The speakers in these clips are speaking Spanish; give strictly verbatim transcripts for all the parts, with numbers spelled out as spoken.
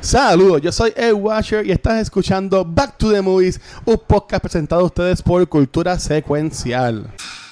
Saludos, yo soy Ed Washer y estás escuchando Back to the Movies, un podcast presentado a ustedes por Cultura Secuencial.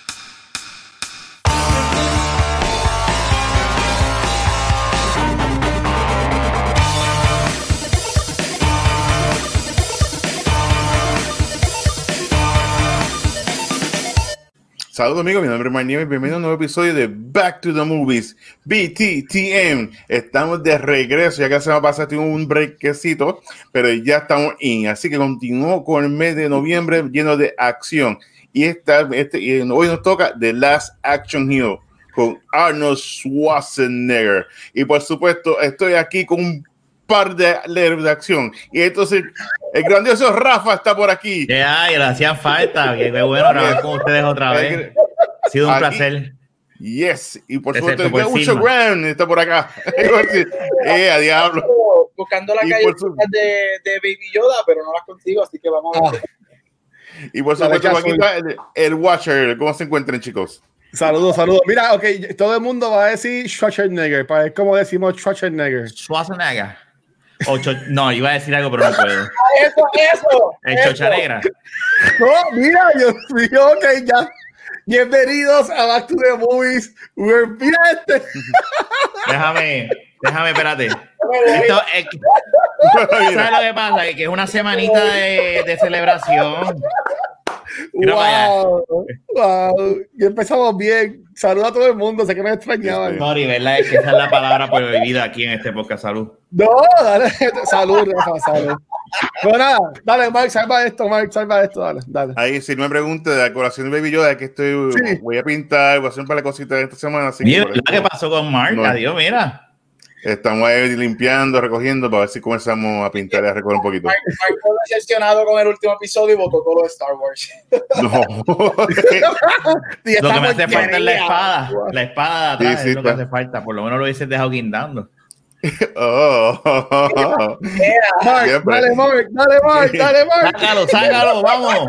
Saludos amigos, mi nombre es Mike Nieves y bienvenido a un nuevo episodio de Back to the Movies, B T T M. Estamos de regreso, ya que la semana pasada tuvimos un breakcito, pero ya estamos in, así que continuó con el mes de noviembre lleno de acción. Y, esta, este, y hoy nos toca The Last Action Hero con Arnold Schwarzenegger. Y por supuesto, estoy aquí con un par de héroes de acción. Y entonces, el grandioso Rafa está por aquí. Que ay, le hacían falta. Qué bueno grabar con ustedes otra vez. Ha sido un aquí, placer. Yes. Y por supuesto, el Gaucho Grant está por acá. eh, a diablo. Buscando la calle su... de, de Baby Yoda, pero no las consigo, así que vamos a ver. Ah. Y por supuesto, aquí está el, el Watcher. ¿Cómo se encuentran, chicos? Saludos, saludos. Mira, ok, todo el mundo va a decir Schwarzenegger, para ver cómo decimos Schwarzenegger. Schwarzenegger. O cho- no, iba a decir algo, pero no puedo. Eso, eso. El Chocha Negra. No, mira, yo digo, ok, ya. Bienvenidos a Back to the Movies. We're, mira este. Déjame, déjame, espérate. Esto, eh, ¿sabes lo que pasa? Que es una semanita de, de celebración. Wow, wow. Y empezamos bien. Saludos a todo el mundo. Sé que me extrañaban. Sorry, ¿verdad? Es que esa es la palabra prohibida aquí en este podcast. Salud. No, dale. Salud, Rafa, salud. Bueno, nada, dale, Mark, salva esto, Mark, salva esto, dale, dale. Ahí, si no me pregunta de la decoración de Baby Yoda, que estoy, sí. voy a pintar, voy a hacer un par de cositas esta semana. Así mira, que ¿qué pasó con Mark? No, adiós, mira. Estamos ahí limpiando, recogiendo, para ver si comenzamos a pintar y a recoger un poquito. Mark fue decepcionado con el último episodio y votó todo lo de Star Wars. No. Lo que me hace falta es la espada. La espada de atrás sí, sí, es lo que está. hace falta. Por lo menos lo hubiese dejado guindando. Oh, oh, oh. Mark, dale, Mark, dale, Mark, dale, Mark. Sácalo, sácalo, vamos.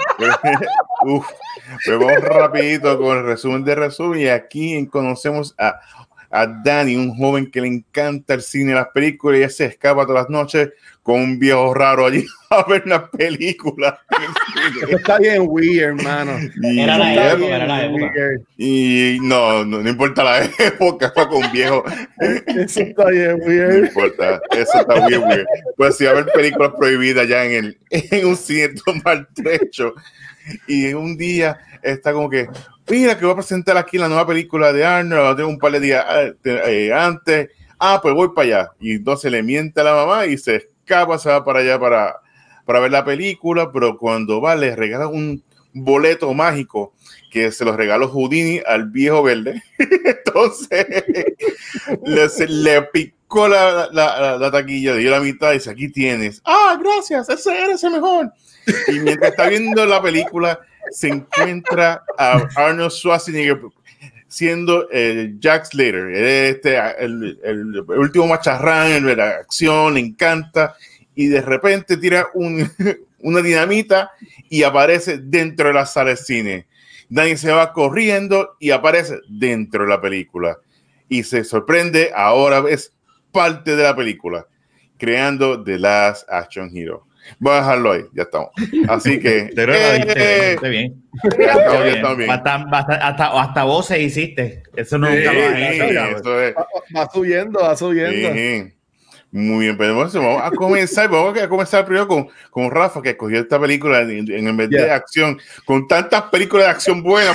Uf, pues vamos rapidito con el resumen de resumen. Y aquí conocemos a, a Danny, un joven que le encanta el cine y las películas, y ella se escapa todas las noches con un viejo raro allí a ver las películas. Eso está bien weird, hermano. Y, era la época, era la época. Y no, no, no importa la época, fue con un viejo. Eso está bien weird. No importa, eso está bien weird. Pues si va a haber películas prohibidas ya en, el, en un cine maltrecho. Y un día está como que, mira que voy a presentar aquí la nueva película de Arnold, tengo un par de días eh, antes. Ah, pues voy para allá. Y entonces le miente a la mamá y se escapa, se va para allá para, para ver la película, pero cuando va le regala un boleto mágico que se lo regaló Houdini al viejo verde. Entonces le, le picó la, la, la, la taquilla, le dio la mitad y dice, aquí tienes. Ah, gracias, ese era ese mejor. Y mientras está viendo la película, se encuentra a Arnold Schwarzenegger siendo el Jack Slater, este, el, el, el último macharrán de la acción, le encanta, y de repente tira un, una dinamita y aparece dentro de la sala de cine. Danny se va corriendo y aparece dentro de la película. Y se sorprende, ahora es parte de la película, creando The Last Action Hero. Voy a dejarlo ahí, ya estamos. Así que. Te creo que lo dijiste bien. bien. Ya estamos, ya estamos bien. Hasta, hasta, hasta, hasta voces hiciste. Eso no nunca lo has hecho. Eso es. Va, va subiendo, va subiendo. Sí. Muy bien, pero vamos a comenzar. Vamos a comenzar primero con, con Rafa, que escogió esta película en, en el mes yeah. de acción, con tantas películas de acción buenas.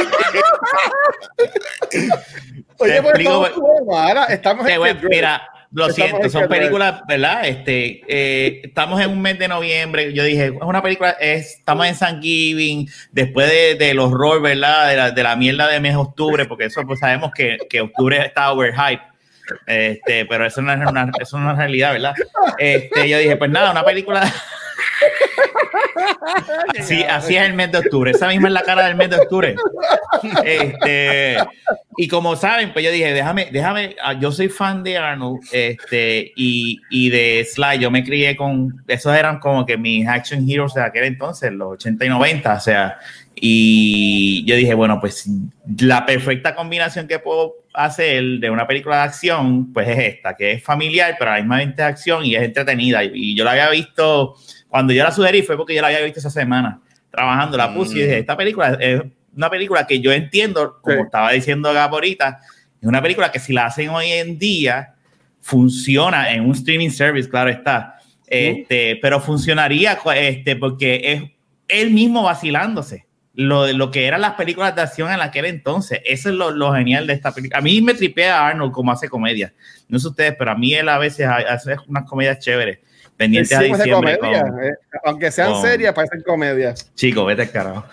Oye, pues estamos, ahora estamos en bueno, mira, lo estamos siento, son películas, ¿verdad? Este, eh, estamos en un mes de noviembre. Yo dije, es una película, es, estamos en Thanksgiving, después de, del horror, ¿verdad? De la, de la mierda de mes de octubre, porque eso pues sabemos que, que octubre está overhype. Este, pero eso no es una, eso no es una realidad, ¿verdad? Este, yo dije, pues nada, una película. Así, así es el mes de octubre. Esa misma es la cara del mes de octubre. Este, y como saben, pues yo dije, déjame, déjame, yo soy fan de Arnold, este, y, y de Sly, yo me crié con, esos eran como que mis action heroes de aquel entonces, los ochenta y noventa, o sea, y yo dije, bueno, pues la perfecta combinación que puedo hacer de una película de acción, pues es esta, que es familiar, pero a la misma vez de acción y es entretenida, y, y yo la había visto, cuando yo la sugerí fue porque yo la había visto esa semana, trabajando, la puse mm. y dije, esta película es una película que yo entiendo, como sí. estaba diciendo Gab ahorita, es una película que si la hacen hoy en día, funciona en un streaming service, claro está, ¿sí? este, pero funcionaría este, porque es él mismo vacilándose, lo, lo que eran las películas de acción en aquel entonces, eso es lo, lo genial de esta película. A mí me tripea a Arnold como hace comedia, no sé ustedes, pero a mí él a veces hace unas comedias chéveres, pendientes a diciembre. Comedia, con, eh. Aunque sean con, serias, parecen comedias. Chico, vete al carajo.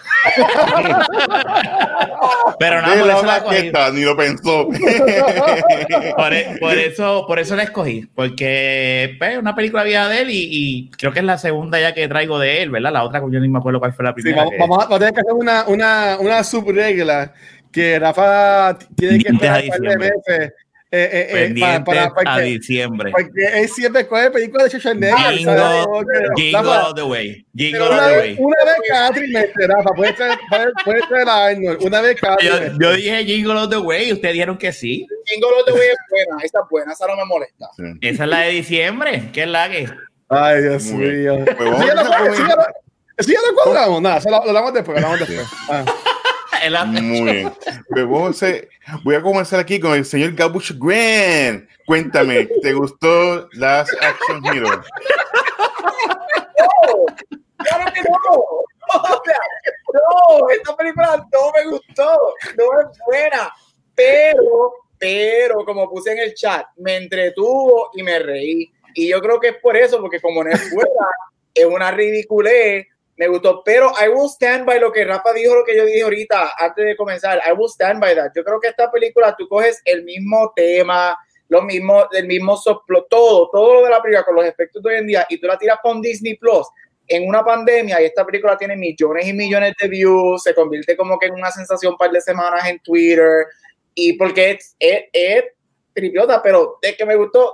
Pero nada, por eso la cogí. Ni lo pensó. por, por, eso, por eso la escogí, porque es pues, una película vieja de él y, y creo que es la segunda ya que traigo de él, ¿verdad? La otra, yo ni me acuerdo cuál fue la primera. Sí, vamos, que... vamos, a, vamos a tener que hacer una, una, una subregla que Rafa tiene que esperar un par de meses. Eh, eh, pendientes para, para, para, a diciembre. Porque él siempre coge películas de Schwarzenegger. Jingle, jingle all the way. Jingle all the way. Una vez cada trimestre, Rafa. Puede traer, puede traer a Arnold. Una vez cada yo, trimestre. Yo dije Jingle all the way y ustedes dijeron que sí. Jingle all the way es buena. Esa es buena. Esa no me molesta. Sí. Esa es la de diciembre. ¿Qué es la que? Ay, Dios mío. Eso ya lo cuadramos. Nada, lo hablamos después. Lo hablamos después. Ah. Muy bien. Pues voy a comenzar aquí con el señor Gabush Grant. Cuéntame, ¿te gustó Last Action Hero? No, claro que no. O sea, no, esta película no me gustó. No es buena. Pero, pero, como puse en el chat, me entretuvo y me reí. Y yo creo que es por eso, porque como no es buena, es una ridiculez. Me gustó, pero I will stand by lo que Rafa dijo, lo que yo dije ahorita antes de comenzar. I will stand by that. Yo creo que esta película, tú coges el mismo tema, lo mismo, el mismo soplo, todo, todo lo de la película con los efectos de hoy en día, y tú la tiras con Disney Plus en una pandemia, y esta película tiene millones y millones de views, se convierte como que en una sensación un par de semanas en Twitter, y porque es, es, es tripiota, pero de que me gustó,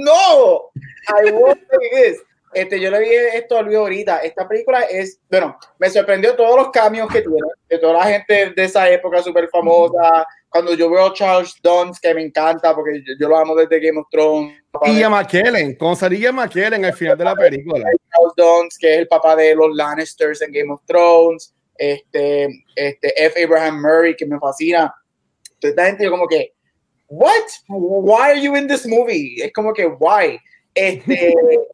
no, I won't say this. Este, yo le dije esto a Luis ahorita, esta película es, bueno, me sorprendió todos los cambios que tiene, de toda la gente de esa época súper famosa, cuando yo veo a Charles Dance, que me encanta, porque yo, yo lo amo desde Game of Thrones. Y a McKellen, con Sarah McKellen al final de la película. Charles Dance, que es el papá de los Lannisters en Game of Thrones, este, este F. Abraham Murray, que me fascina. Entonces, esta gente yo como que, what? Why are you in this movie? Es como que, why? Este...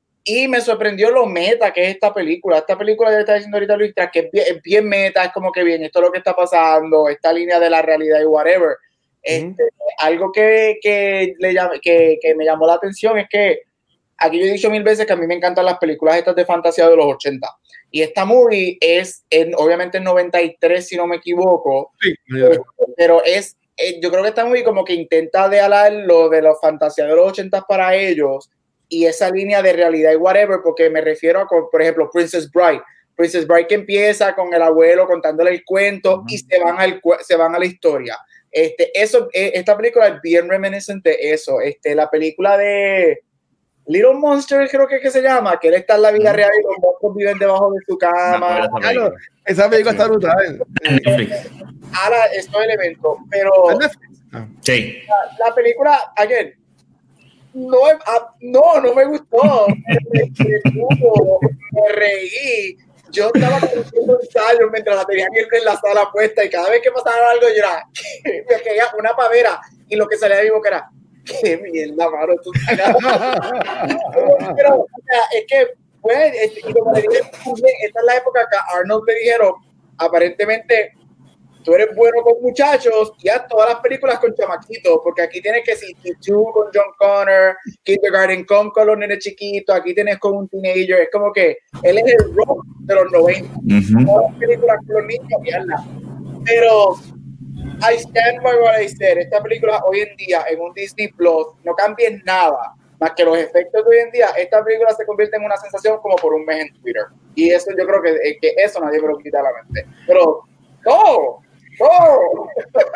Y me sorprendió lo meta que es esta película. Esta película que está diciendo ahorita Luis, que es bien, es bien meta, es como que bien, esto es lo que está pasando, esta línea de la realidad y whatever. Uh-huh. Este, algo que, que, le llame, que, que me llamó la atención es que aquí yo he dicho mil veces que a mí me encantan las películas estas de fantasía de los ochenta. Y esta movie es, en, obviamente, en noventa y tres, si no me equivoco. Sí, pero, pero es, yo creo que esta movie como que intenta de alar lo de la fantasía de los ochenta para ellos, y esa línea de realidad y whatever, porque me refiero a, por ejemplo, Princess Bride. Princess Bride que empieza con el abuelo contándole el cuento uh-huh. y se van, al, se van a la historia. Este, eso, esta película es bien reminiscente de eso. Este, la película de Little Monsters, creo que, es que se llama, que él está en la vida uh-huh. real y los monstruos viven debajo de su cama. No, claro, esa película está brutal. Ahora, estos elementos, pero sí. la, la película, ayer, No, no, no me gustó. Me, me reí. Yo estaba haciendo ensayos mientras la tenían en la sala puesta y cada vez que pasaba algo yo era, me caía una pavera y lo que salía de mi boca era, qué mierda, mano, tú pero, o sea, es que, pues, y como le dije, esta es la época que a Arnold le dijeron, aparentemente, tú eres bueno con muchachos y haz todas las películas con chamaquitos, porque aquí tienes que C T dos con John Connor, Kindergarten con, con los nenes chiquitos, aquí tienes con un teenager, es como que él es el rock de los noventa, uh-huh. todas las películas con los niños, mierda. Pero I stand by what I said, esta película hoy en día en un Disney Plus no cambia en nada, más que los efectos de hoy en día, esta película se convierte en una sensación como por un mes en Twitter, y eso yo creo que, que eso nadie me lo quita de la mente, pero no. Oh.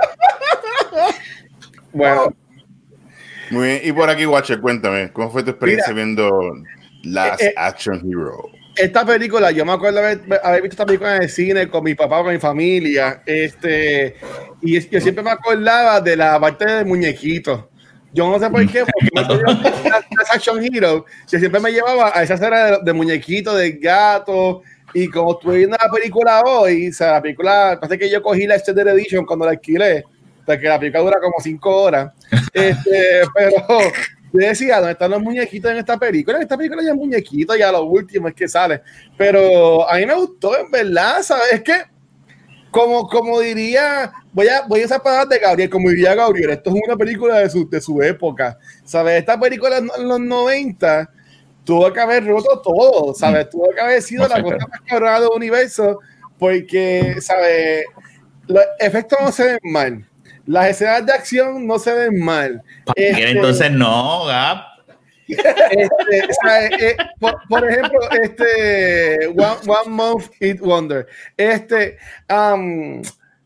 Bueno. Muy bien. Y por aquí, Watcher, cuéntame, ¿cómo fue tu experiencia Mira, viendo Last eh, Action Hero? Esta película, yo me acuerdo haber, haber visto esta película en el cine con mi papá, con mi familia, este, y yo siempre me acordaba de la parte del muñequito. Yo no sé por qué, porque Last Action Hero, yo siempre me llevaba a esa escena de, de muñequito, del gato, y como estuve viendo la película hoy, o sea, la película, parece que yo cogí la Extended Edition cuando la alquilé, porque la película dura como cinco horas, este, pero yo decía, ¿dónde están los muñequitos en esta película? En esta película ya hay muñequitos, ya lo último es que sale, pero a mí me gustó, en verdad, ¿sabes? Es que, como, como diría, voy a, voy a usar palabras de Gabriel, como diría Gabriel, esto es una película de su, de su época, ¿sabes? Esta película en los noventa tuvo que haber roto todo, ¿sabes? Tuvo que haber sido no la cosa más cabrona del universo, porque, ¿sabes? Los efectos no se ven mal. Las escenas de acción no se ven mal. Este, entonces no, Gap. Este, o sea, eh, por, por ejemplo, este One, One Month It Wonder. Este, um,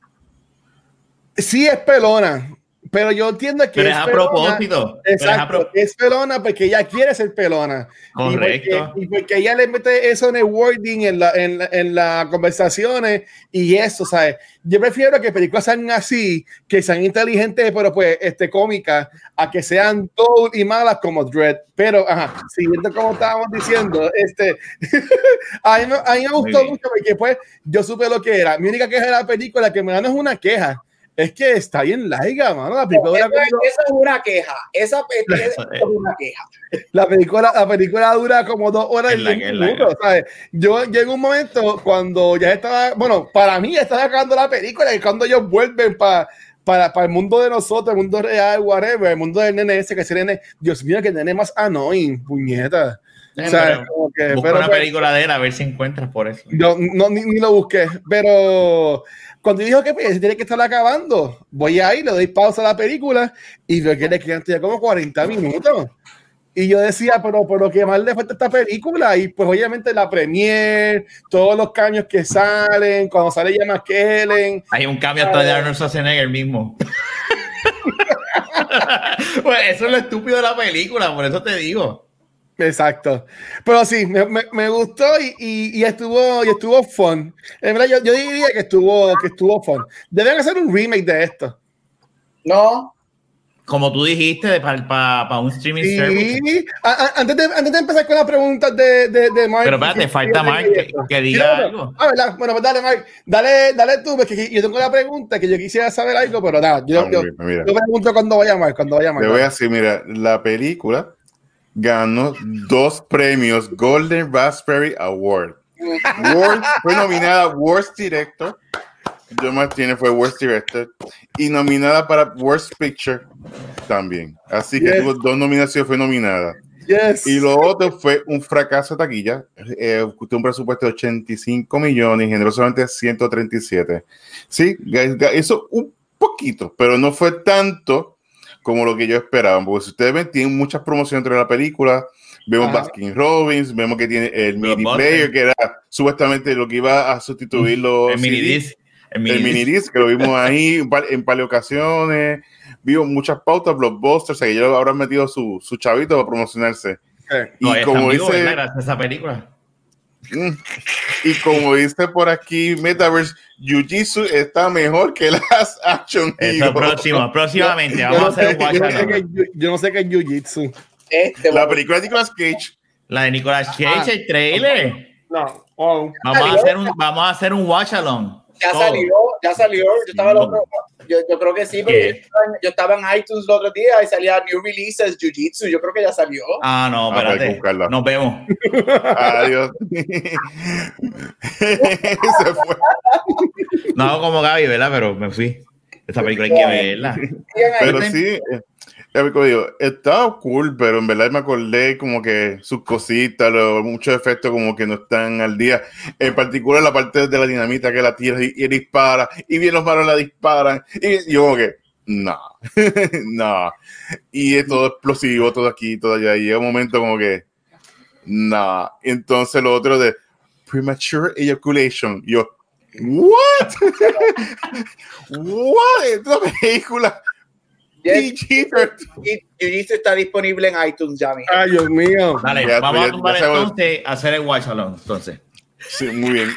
sí es pelona, pero yo entiendo que pero es, es a pelona, propósito. Exacto, es, a pro... es pelona porque ella quiere ser pelona. Correcto. Y porque, y porque ella le mete eso en el wording, en las en la, en la conversaciones y eso, ¿sabes? Yo prefiero que películas sean así, que sean inteligentes, pero pues este, cómicas, a que sean todas y malas como Dredd. Pero, ajá, siguiendo como estábamos diciendo, este, a, mí, a mí me gustó mucho porque pues yo supe lo que era. Mi única queja de la película, que me da no es una queja, es que está bien larga, mano. La película no, esa, como... esa es una queja. Esa película es una queja. La película, la película dura como dos horas y diez minutos, ¿sabes? Yo llegué un momento cuando ya estaba, bueno, para mí ya estaba acabando la película y cuando ellos vuelven para para, para el mundo de nosotros, el mundo real, whatever, el mundo del nene ese, que ese nene, Dios mío, que nene más annoying, puñeta. Sí, o sea, como que, busca pero, una película de él a ver si encuentras por eso. Yo no, ni, ni lo busqué, pero cuando dijo que pues, se tiene que estar acabando, voy ahí, le doy pausa a la película y veo que le quedan ya como cuarenta minutos. Y yo decía, pero, pero ¿qué más le falta a esta película? Y pues obviamente la premiere, todos los cambios que salen, cuando sale Ian McKellen. Hay un cambio hasta de Arnold Schwarzenegger mismo. Pues eso es lo estúpido de la película, por eso te digo. Exacto. Pero sí, me, me, me gustó y, y, y estuvo y estuvo fun. En verdad, yo, yo diría que estuvo, que estuvo fun. Deben hacer un remake de esto. No. Como tú dijiste, para pa, pa un streaming sí. service. A, a, antes, de, antes de empezar con las preguntas de, de, de Mark. Pero espérate, falta Mark que, que diga sí, algo. Ah, ¿verdad? Bueno, pues dale, Mark. Dale, dale tú, porque yo tengo la pregunta que yo quisiera saber algo, pero nada, yo, ah, yo, mira. yo pregunto cuando vaya Mark, cuando vaya Mark. Te voy a decir, mira, la película ganó dos premios Golden Raspberry Award. World, fue nominada Worst Director. Joe Martínez fue Worst Director y nominada para Worst Picture también. Así que yes. tuvo dos nominaciones, fue nominada. Yes. Y lo otro fue un fracaso de taquilla. Eh, tuvo un presupuesto de ochenta y cinco millones y generó solamente ciento treinta y siete. Sí, eso un poquito, pero no fue tanto como lo que yo esperaba. Porque si ustedes ven, tienen muchas promociones dentro de la película. Vemos Ajá. Baskin Robbins, vemos que tiene el Los mini botes. Player, que era supuestamente lo que iba a sustituir los el mini disc. El mini, el mini disc, que lo vimos ahí en par, en par de ocasiones. Vimos muchas pautas, blockbusters, o sea, que ellos habrán metido su, su chavito para promocionarse. Eh, y no, como dice, vivo, gracias a esa película. Y como dice por aquí, Metaverse, Jiu-Jitsu está mejor que las Action Hero. Eso próximo, próximamente. Yo, vamos yo a hacer no sé, un yo, no sé que, yo, yo no sé qué es Jiu-Jitsu. Este, la película de Nicolas Cage. La de Nicolas Cage, ah, el trailer. No. Oh. Vamos, a hacer un, vamos a hacer un watch along. Ya Todo. salió, ya salió. Yo estaba el otro, yo, yo creo que sí, porque yo estaba, en, yo estaba en iTunes el otro día y salía New Releases Jiu-Jitsu. Yo creo que ya salió. Ah, no, espérate. Ah, nos vemos. Adiós. Se fue. No hago como Gaby, ¿verdad? Pero me fui. Esta película hay que verla. Pero sí, digo, estaba cool, pero en verdad me acordé como que sus cositas, los, muchos efectos como que no están al día. En particular la parte de la dinamita que la tira y, y dispara, y bien los malos la disparan. Y yo como que, no, no. Y es todo explosivo, todo aquí, todo allá. Y llega un momento como que, no. Entonces lo otro de premature ejaculation, yo, What? What? Esta película. Yes. Jiu-Jitsu está disponible en iTunes ya, mi. Ay, Dios mío. Dale, Ya, vamos ya, a tumbar ya sabemos. entonces a hacer el watch along, entonces. Sí, muy bien.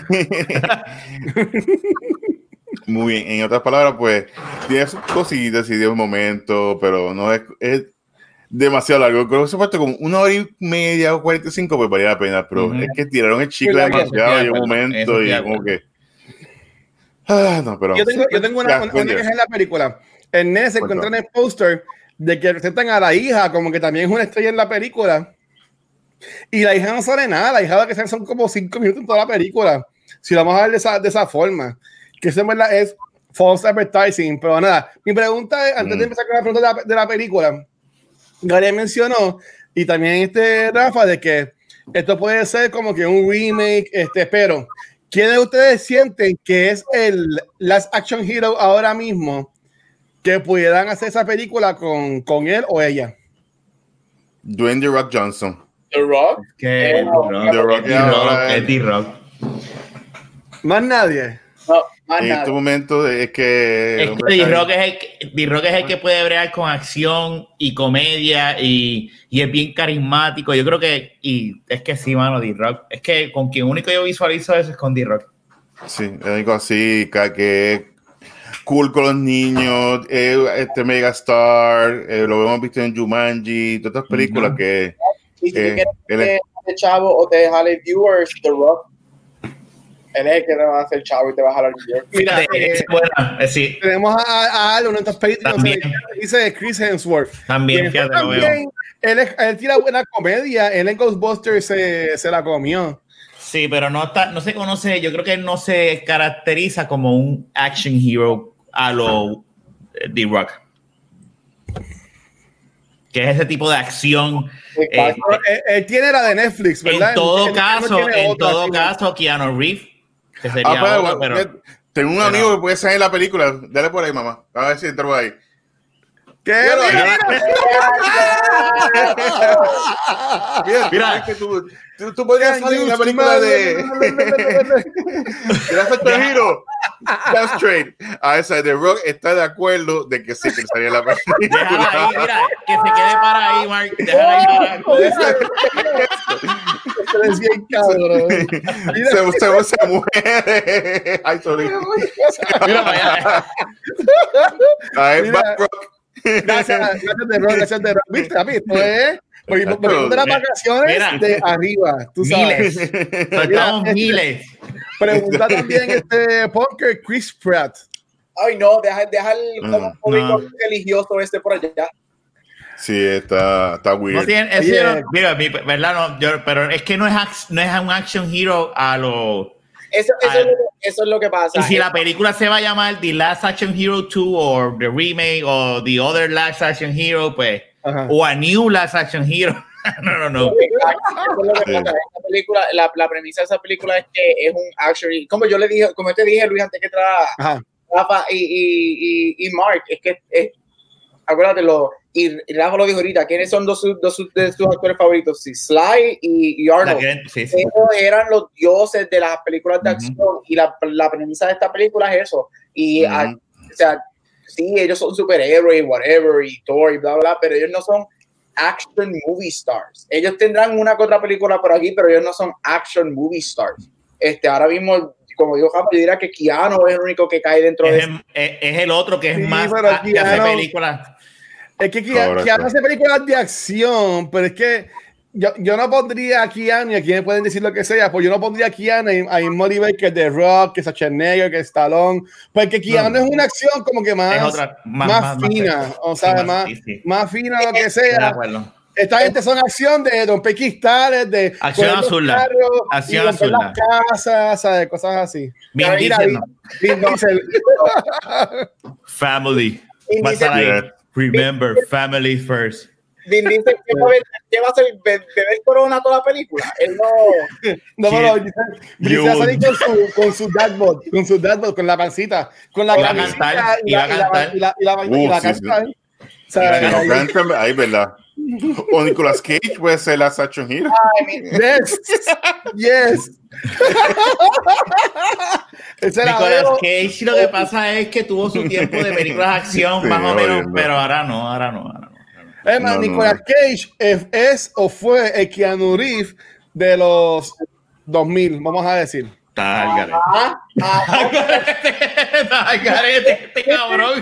Muy bien. En otras palabras, pues, tiene sus cositas y de un momento, pero no es, es demasiado largo. Creo que se puesto como una hora y media o cuarenta y cinco, pues valía la pena, pero Uh-huh. es que tiraron el chicle Muy bien, demasiado eso en un estoy de acuerdo, momento eso y estoy de como acuerdo. que. Ah, no, pero. Yo tengo, yo tengo una, Ya, una, una cuéntame. queja en la película. El nene se encuentra en el póster de que presentan a la hija como que también es una estrella en la película. Y la hija no sale nada. La hija lo que sale son como cinco minutos en toda la película. Si lo vamos a ver de esa, de esa forma. Que eso en verdad es false advertising. Pero nada, mi pregunta es, antes Mm. de empezar con la pregunta de la, de la película, Gary mencionó, y también este Rafa, de que esto puede ser como que un remake, este, pero ¿quiénes de ustedes sienten que es el last action hero ahora mismo que pudieran hacer esa película con, con él o ella? Dwayne The Rock Johnson. The Rock. Que Eh, no, The Rock es ahora D-Rock, es D-Rock. Más nadie. No, más En nada. este momento es que. Es que D-Rock es, el que, D-Rock es el que puede bregar con acción y comedia y, y es bien carismático. Yo creo que, y es que sí, mano, D-Rock. Es que con quien único yo visualizo eso es con D-Rock. Sí, el único así, que, que es cool con los niños, eh, este Megastar, eh, lo hemos visto en Jumanji, todas estas películas Ujú. que. Y si tú eh, quieres él que es- de chavo o te jale viewers, The Rock. Él es el que te va a hacer chavo y te va a jalar viewers. Mira, Fíjate, eh, es buena, eh, sí, tenemos a, a Al, uno de estos películas, También. dice Chris Hemsworth. también, Que fíjate, lo veo. también, él, es- él tira buena comedia. Él en Ghostbusters se, se la comió. Sí, pero no está, no se conoce, yo creo que él no se caracteriza como un action hero a lo eh, D-Rock. Que es ese tipo de acción. eh, Exacto. Pero él, él tiene la de Netflix, ¿verdad? en todo Él- él no caso, tiene en otra, todo sí. caso, Keanu Reeves, que sería Ah, pero, otro, bueno, pero tengo un pero- amigo que puede salir en la película. Dale por ahí, mamá. A ver si entró ahí. ¿Qué? Pero- Mira, Mira, Mira. es que tú, tú, tú podrías salir en la película de. Gracias, Trujillo. That's straight. A esa de Rock está de acuerdo de que sí que salía en la película. déjala ahí, mira, que se quede para ahí, Mark. Déjala ahí para Esto es bien cabrón. Mira, se, se, se muere. Ay, sorry. Mira para allá. Ay, Mira. Back Rock. Gracias, gracias de Rock, gracias de Rock. ¿Viste? A mí, esto es. Porque Exacto. porque de las vacaciones Mira. de arriba, tú sabes. Miles. Soltamos Mira, miles. Pregunta también este Punker Chris Pratt. Ay, no, deja, deja el Mm, como público no. religioso este por allá. Sí, está, está No weird. tienen, ese Oye. no- mira, mi- verdad, no, yo, pero es que no es, ac- no es un action hero a lo. Eso, eso, Ah. es, lo que, eso es lo que pasa. Y si la película se va a llamar The Last Action Hero dos o The Remake o The Other Last Action Hero, pues, Ajá. o a New Last Action Hero. no, no, no. Exacto, eso es lo que Sí. pasa. Esta película, la, la premisa de esa película es que es un action. Como yo le dije, como te dije, Luis, antes que traga Ajá. Rafa y, y, y, y Mark, es que es, acuérdate, lo, y, y Rafa lo dijo ahorita, ¿quiénes son dos, dos de sus actores favoritos? Sí, Sly y, y La Arnold. que- sí, sí. Ellos eran los dioses de las películas de Ujú. acción y la, la premisa de esta película es eso. Y, Ujú. a- o sea, sí, ellos son superhéroes, whatever, y Thor y bla, bla, pero ellos no son action movie stars. Ellos tendrán una que otra película por aquí, pero ellos no son action movie stars. Este, ahora mismo, como dijo Rafa, yo diría que Keanu es el único que cae dentro de Es, el- es- es el otro que es Sí, más pero ah, que hace Keanu- películas. Es que Keanu, Correcto. Keanu hace películas de acción, pero es que yo, yo no pondría a Keanu, y aquí me pueden decir lo que sea, pues yo no pondría a Keanu a Motivator que The Rock, que Schwarzenegger, que Stallone, porque Keanu No. es una acción como que más, Es otra más, más fina, o sea, sí, más, sí, sí. más fina lo que Estoy de sea. acuerdo. Esta gente son acción de romper cristales, de Acción coger los azul, carros acción y romper azul. las casas, ¿sabes? Cosas así. Vin Mira, Diesel, Vin- no. Vin Diesel. Family. Vin Va a estar Diesel. ahí. Remember, family first. Vin Diesel, ¿qué va a ver- qué va a hacer? ¿Be- ¿Beber corona toda la película? Él no... No, no, no. You- Dice a salir con su, con su dadbot, con su dadbot, con la pancita, con la Y va a camisita cantar, y y va la- a y la- cantar. y la- y la- y Uh, la sí, sí. cantar. O Y sea, va a Sí, no, ahí- Grantham, ahí, ¿verdad? O Nicolas Cage puede ser la Action Hero. Ay, mi- Yes, yes. Nicolas Cage lo que pasa es que tuvo su tiempo de películas de acción, sí, más o menos, no. pero ahora no, ahora no, ahora no. Es más, no, Nicolas no. Cage es, es o fue el Keanu Reeves de los dos mil, vamos a decir. Tal garete, este cabrón.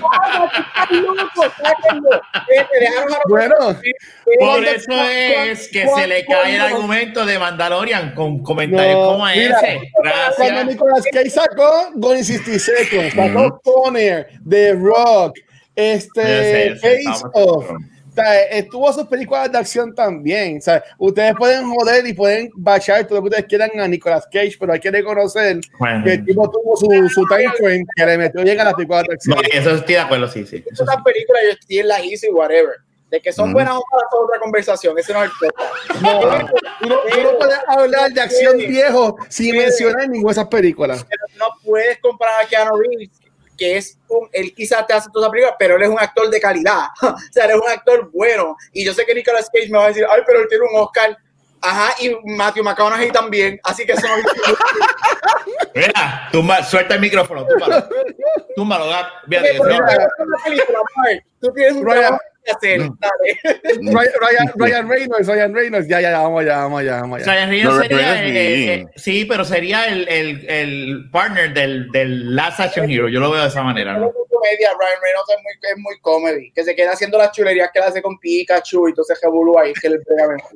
Bueno, por eso es que se le cae el argumento de Mandalorian con comentarios no, como mira, ese. Gracias. Cuando Nicolas Cage sacó Gone in sixty seconds, sacó Conner, The Rock, este, Face Off. O sea, estuvo sus películas de acción también. O sea, ustedes pueden joder y pueden bachar todo lo que ustedes quieran a Nicolas Cage, pero hay que reconocer bueno. que el tipo tuvo su, su time frame que le metió bien a las películas de acción. No, eso estoy de acuerdo, sí, sí. Esas sí. películas yo estoy en las hice y whatever. De que son mm. buenas o malas es otra conversación. Ese no es el tema. No, tú no, tú no puedes hablar de acción viejo sin puede. mencionar ninguna de esas películas. Pero no puedes comparar a Keanu Reeves, que es un, él quizás te hace toda esa película, pero él es un actor de calidad. O sea, él es un actor bueno. Y yo sé que Nicolas Cage me va a decir, ay, pero él tiene un Oscar. Ajá, y Matthew McConaughey también. Así que eso no. Mira, tumba, suelta el micrófono, túmbalo. Túmbalo, fíjate. Tú tienes un trabajo que hacer. No. Ryan, Ryan Reynolds, Ryan Reynolds, ya, ya, ya, vamos ya, vamos ya, vamos ya. Ryan Reynolds no, sería, el, el, el, sí, pero sería el, el, el partner del, del Last Action Hero. Yo lo veo de esa manera, ¿no? Comedia, Ryan Reynolds es muy, es muy comedy, que se queda haciendo las chulerías que él hace con Pikachu y todo ese revolú ahí que le pega mejor.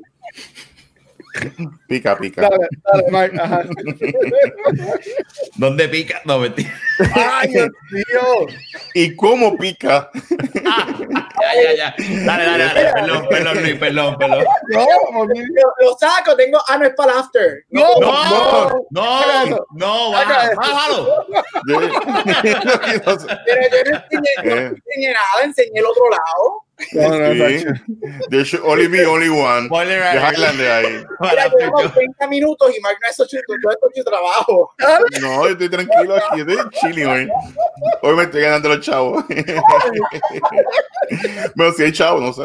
Pica, pica. Dale, dale, Mike. Ajá. ¿Dónde pica? No, mentira. ¡Ay, Dios mío! ¿Y cómo pica? Ah, ya, ya, ya. Dale, dale, dale. Perdón, perdón, Luis, perdón, perdón. No, lo, lo saco, tengo. Ah, no es para el after. No, no, no, no, no baja, bájalo. Pero yo no enseñé, yo no enseñé nada, enseñé el otro lado. No, no, sí. There should only be only one. De Highlander ahí. Mira, llevamos treinta minutos y Mark no ha hecho su trabajo. No, yo estoy tranquilo aquí, estoy chilling hoy. Hoy me estoy ganando los chavos. Pero si hay chavos, no sé.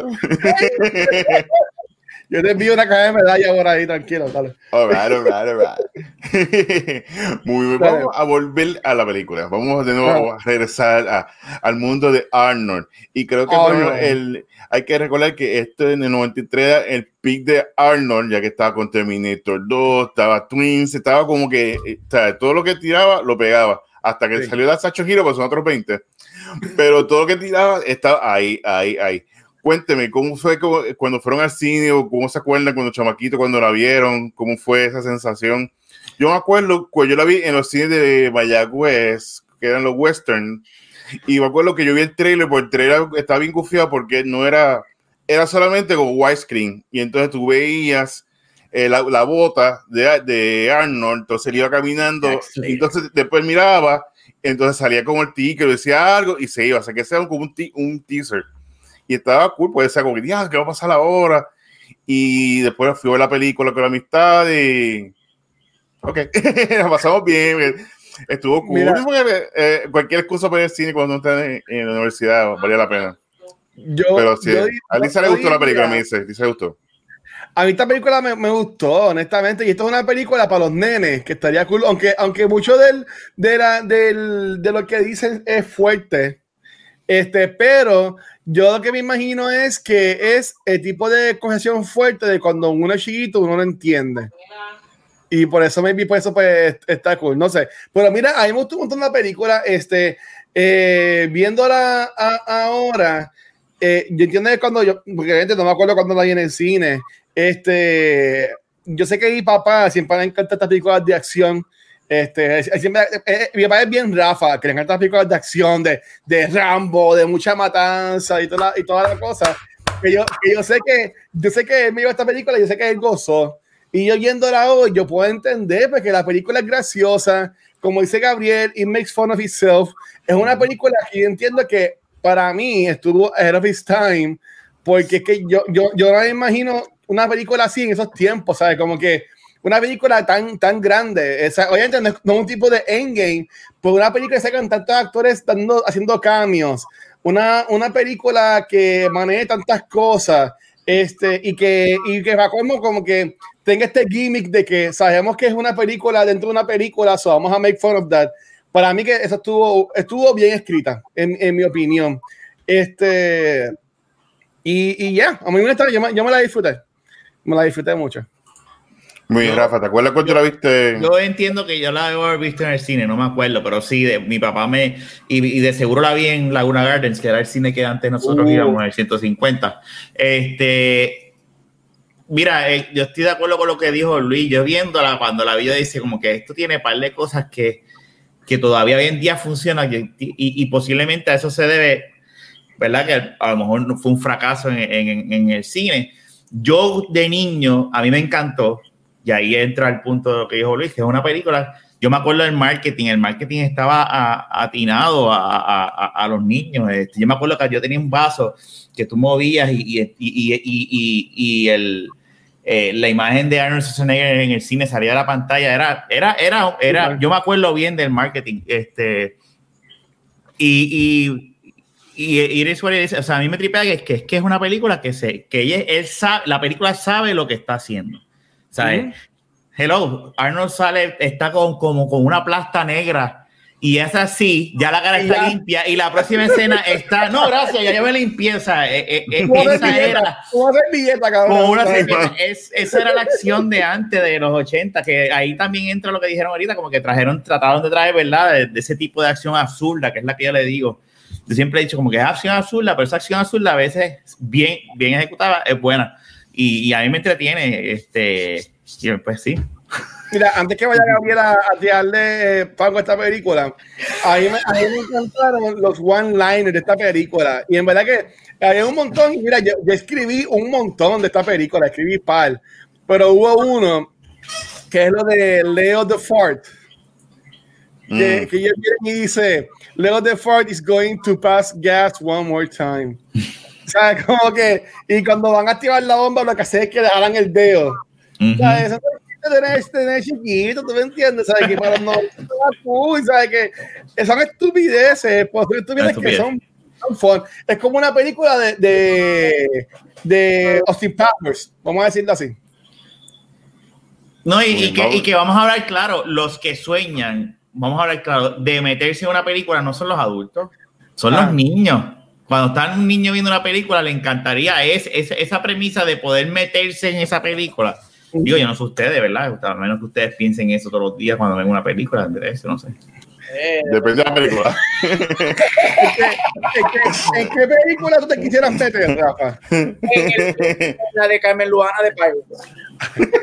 Yo te envío una caja de medalla por ahí, tranquilo, dale. All right, all right, all right. Muy bien, vamos a volver a la película. Vamos de nuevo a regresar a, al mundo de Arnold. Y creo que oh, no. el, hay que recordar que esto en el noventa y tres era el pick de Arnold, ya que estaba con Terminator dos, estaba Twins, estaba como que o sea, todo lo que tiraba lo pegaba. Hasta que sí. salió la Sacho Hero, pues son otros veinte. Pero todo lo que tiraba estaba ahí, ahí, ahí. Cuénteme, ¿cómo fue cuando fueron al cine o cómo se acuerdan cuando chamaquito, cuando la vieron? ¿Cómo fue esa sensación? Yo me acuerdo cuando yo la vi en los cines de Mayagüez, que eran los western, y me acuerdo que yo vi el trailer, porque el trailer estaba bien gufiado porque no era, era solamente como widescreen, y entonces tú veías eh, la, la bota de, de Arnold, entonces él iba caminando, y entonces después miraba, entonces salía como el ticket, decía algo, y se iba, o sea que sea como un, un teaser. Y estaba cool, pues decía como que, Dios, ¿qué va a pasar ahora? Y después fui a ver la película con la amistad y... Ok, la pasamos bien, estuvo cool. Porque, eh, cualquier excusa para ir al cine cuando uno está en, en la universidad valía la pena. Yo, Pero sí, yo, a Lisa le gustó la película, me dice, Lisa le gustó. A mí esta película me, me gustó, honestamente, y esto es una película para los nenes, que estaría cool, aunque, aunque mucho del, de, la, del, de lo que dicen es fuerte, este, pero... Yo lo que me imagino es que es el tipo de conexión fuerte de cuando uno es chiquito, uno no entiende. Y por eso, maybe por eso pues, está cool, no sé. Pero mira, a mí me gustó un montón la película, este, eh, viéndola a, ahora, eh, yo entiendo que cuando yo, porque realmente no me acuerdo cuando la vi en el cine, este, yo sé que mi papá siempre le encanta estas películas de acción. Este, siempre, eh, eh, mi papá es bien Rafa, que le encantan las películas de acción, de, de Rambo, de mucha matanza y toda la, y toda la cosa. Que yo, que yo sé que yo sé que él me iba a esta película, yo sé que él gozó. Y yo viéndola hoy, yo puedo entender porque la película es graciosa, como dice Gabriel, it makes fun of itself. Es una película que yo entiendo que para mí estuvo ahead of its time, porque es que yo, yo, yo no me imagino una película así en esos tiempos, ¿sabes? Como que una película tan, tan grande, esa, obviamente no es, no es un tipo de Endgame, pero una película que sacan tantos actores dando, haciendo cambios, una, una película que maneje tantas cosas, este, y que, y que va como, como que tenga este gimmick de que sabemos que es una película dentro de una película, so vamos a make fun of that. para mí que eso estuvo, estuvo bien escrita, en, en mi opinión. Este, y, y ya, a mí me está, yo, me, yo me la disfruté. Me la disfruté mucho. Muy bien, Rafa, ¿te acuerdas cuando yo, la viste? Yo entiendo que yo la debo haber visto en el cine, no me acuerdo, pero sí, de, mi papá me... Y, y de seguro la vi en Laguna Gardens, que era el cine que antes nosotros uh. íbamos, en el ciento cincuenta. Este... Mira, eh, yo estoy de acuerdo con lo que dijo Luis. Yo viéndola, cuando la vi, yo dice como que esto tiene un par de cosas que, que todavía hoy en día funcionan y, y, y posiblemente a eso se debe, ¿verdad? Que a lo mejor no fue un fracaso en, en, en el cine. Yo de niño, a mí me encantó. Y ahí entra el punto de lo que dijo Luis, que es una película. Yo me acuerdo del marketing. El marketing estaba a, atinado a, a, a, a los niños. Este, yo me acuerdo que yo tenía un vaso que tú movías y, y, y, y, y, y el, eh, la imagen de Arnold Schwarzenegger en el cine salía de la pantalla. Era, era, era, era, yo me acuerdo bien del marketing. Este, y, y, y, y Iris Warrior dice, o sea, a mí me tripea que es que es, que es una película que, se, que ella, él sabe, la película sabe lo que está haciendo. ¿Sabes? Uh-huh. Hello, Arnold sale, está con, como con una plasta negra y es así, ya la cara está ya. limpia y la próxima escena está, no, gracias, ya yo me limpié, o sea, eh, eh, esa billeta, era billeta, como una es, esa era la acción de antes de los ochenta, que ahí también entra lo que dijeron ahorita, como que trajeron, trataron de traer, ¿verdad? De, de ese tipo de acción absurda, que es la que yo le digo. Yo siempre he dicho como que es acción absurda, pero esa acción absurda a veces bien, bien ejecutada es buena. Y, y a mí me entretiene, este, y pues sí. Mira, antes que vaya Gabriel a, a tirarle eh, pago a esta película, a mí, me, a mí me encantaron los one-liners de esta película. Y en verdad que había un montón. Mira, yo, yo escribí un montón de esta película, escribí par. Pero hubo uno que es lo de Leo the Fart. Mm. Que, que yo y dice, Leo the Fart is going to pass gas one more time. O sea, como que, y cuando van a activar la bomba, lo que hace es que le jalan el dedo. Uh-huh. ¿Sabes? Eso es tener chiquito, ¿tú me entiendes? ¿Sabes? Que para no, ¿sabes? Que son estupideces, pues, estupideces Estupidez. que son, son fun. Es como una película de, de, de Austin Powers, vamos a decirlo así. No, y, y, que, y que vamos a hablar claro, los que sueñan, vamos a hablar claro, de meterse en una película no son los adultos, son ah. los niños. Cuando está un niño viendo una película, le encantaría es, es, esa premisa de poder meterse en esa película. Digo, yo no sé ustedes, ¿verdad? A menos que ustedes piensen eso todos los días cuando ven una película, de eso, no sé. Eh, Depende de la película. ¿En, qué, en, qué, ¿En qué película tú te quisieras meter, Rafa? En, el, en la de Carmen Lubana de Pirates.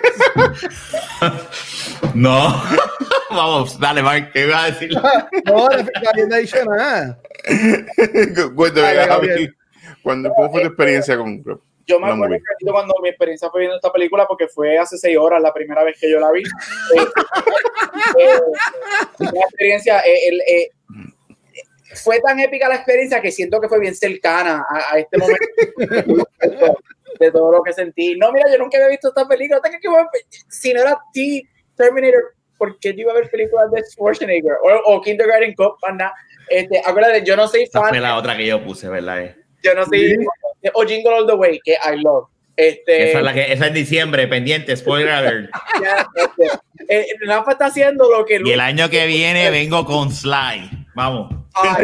No. Vamos, dale, Mark, ¿qué iba a decir? No, no, no he dicho nada. Cuéntame, Gaby, ¿cómo fue tu experiencia con Yo me acuerdo que cuando mi experiencia fue viendo esta película, porque fue hace seis horas la primera vez que yo la vi. eh, eh, una experiencia, eh, el, eh, fue tan épica la experiencia que siento que fue bien cercana a, a este momento de todo lo que sentí. No, mira, yo nunca había visto esta película. Si no era T Terminator, ¿por qué yo iba a ver películas de Schwarzenegger o, o Kindergarten Cop? Este, acuérdate, yo no soy fan. Esa fue la otra que yo puse, ¿verdad? Yo no soy. O Jingle All the Way, que I love. Este, esa, es la que, esa es diciembre, pendiente, spoiler alert. Ya, este, eh, Rafa está haciendo lo que. Y el año que viene vengo con Sly. Vamos. Ay,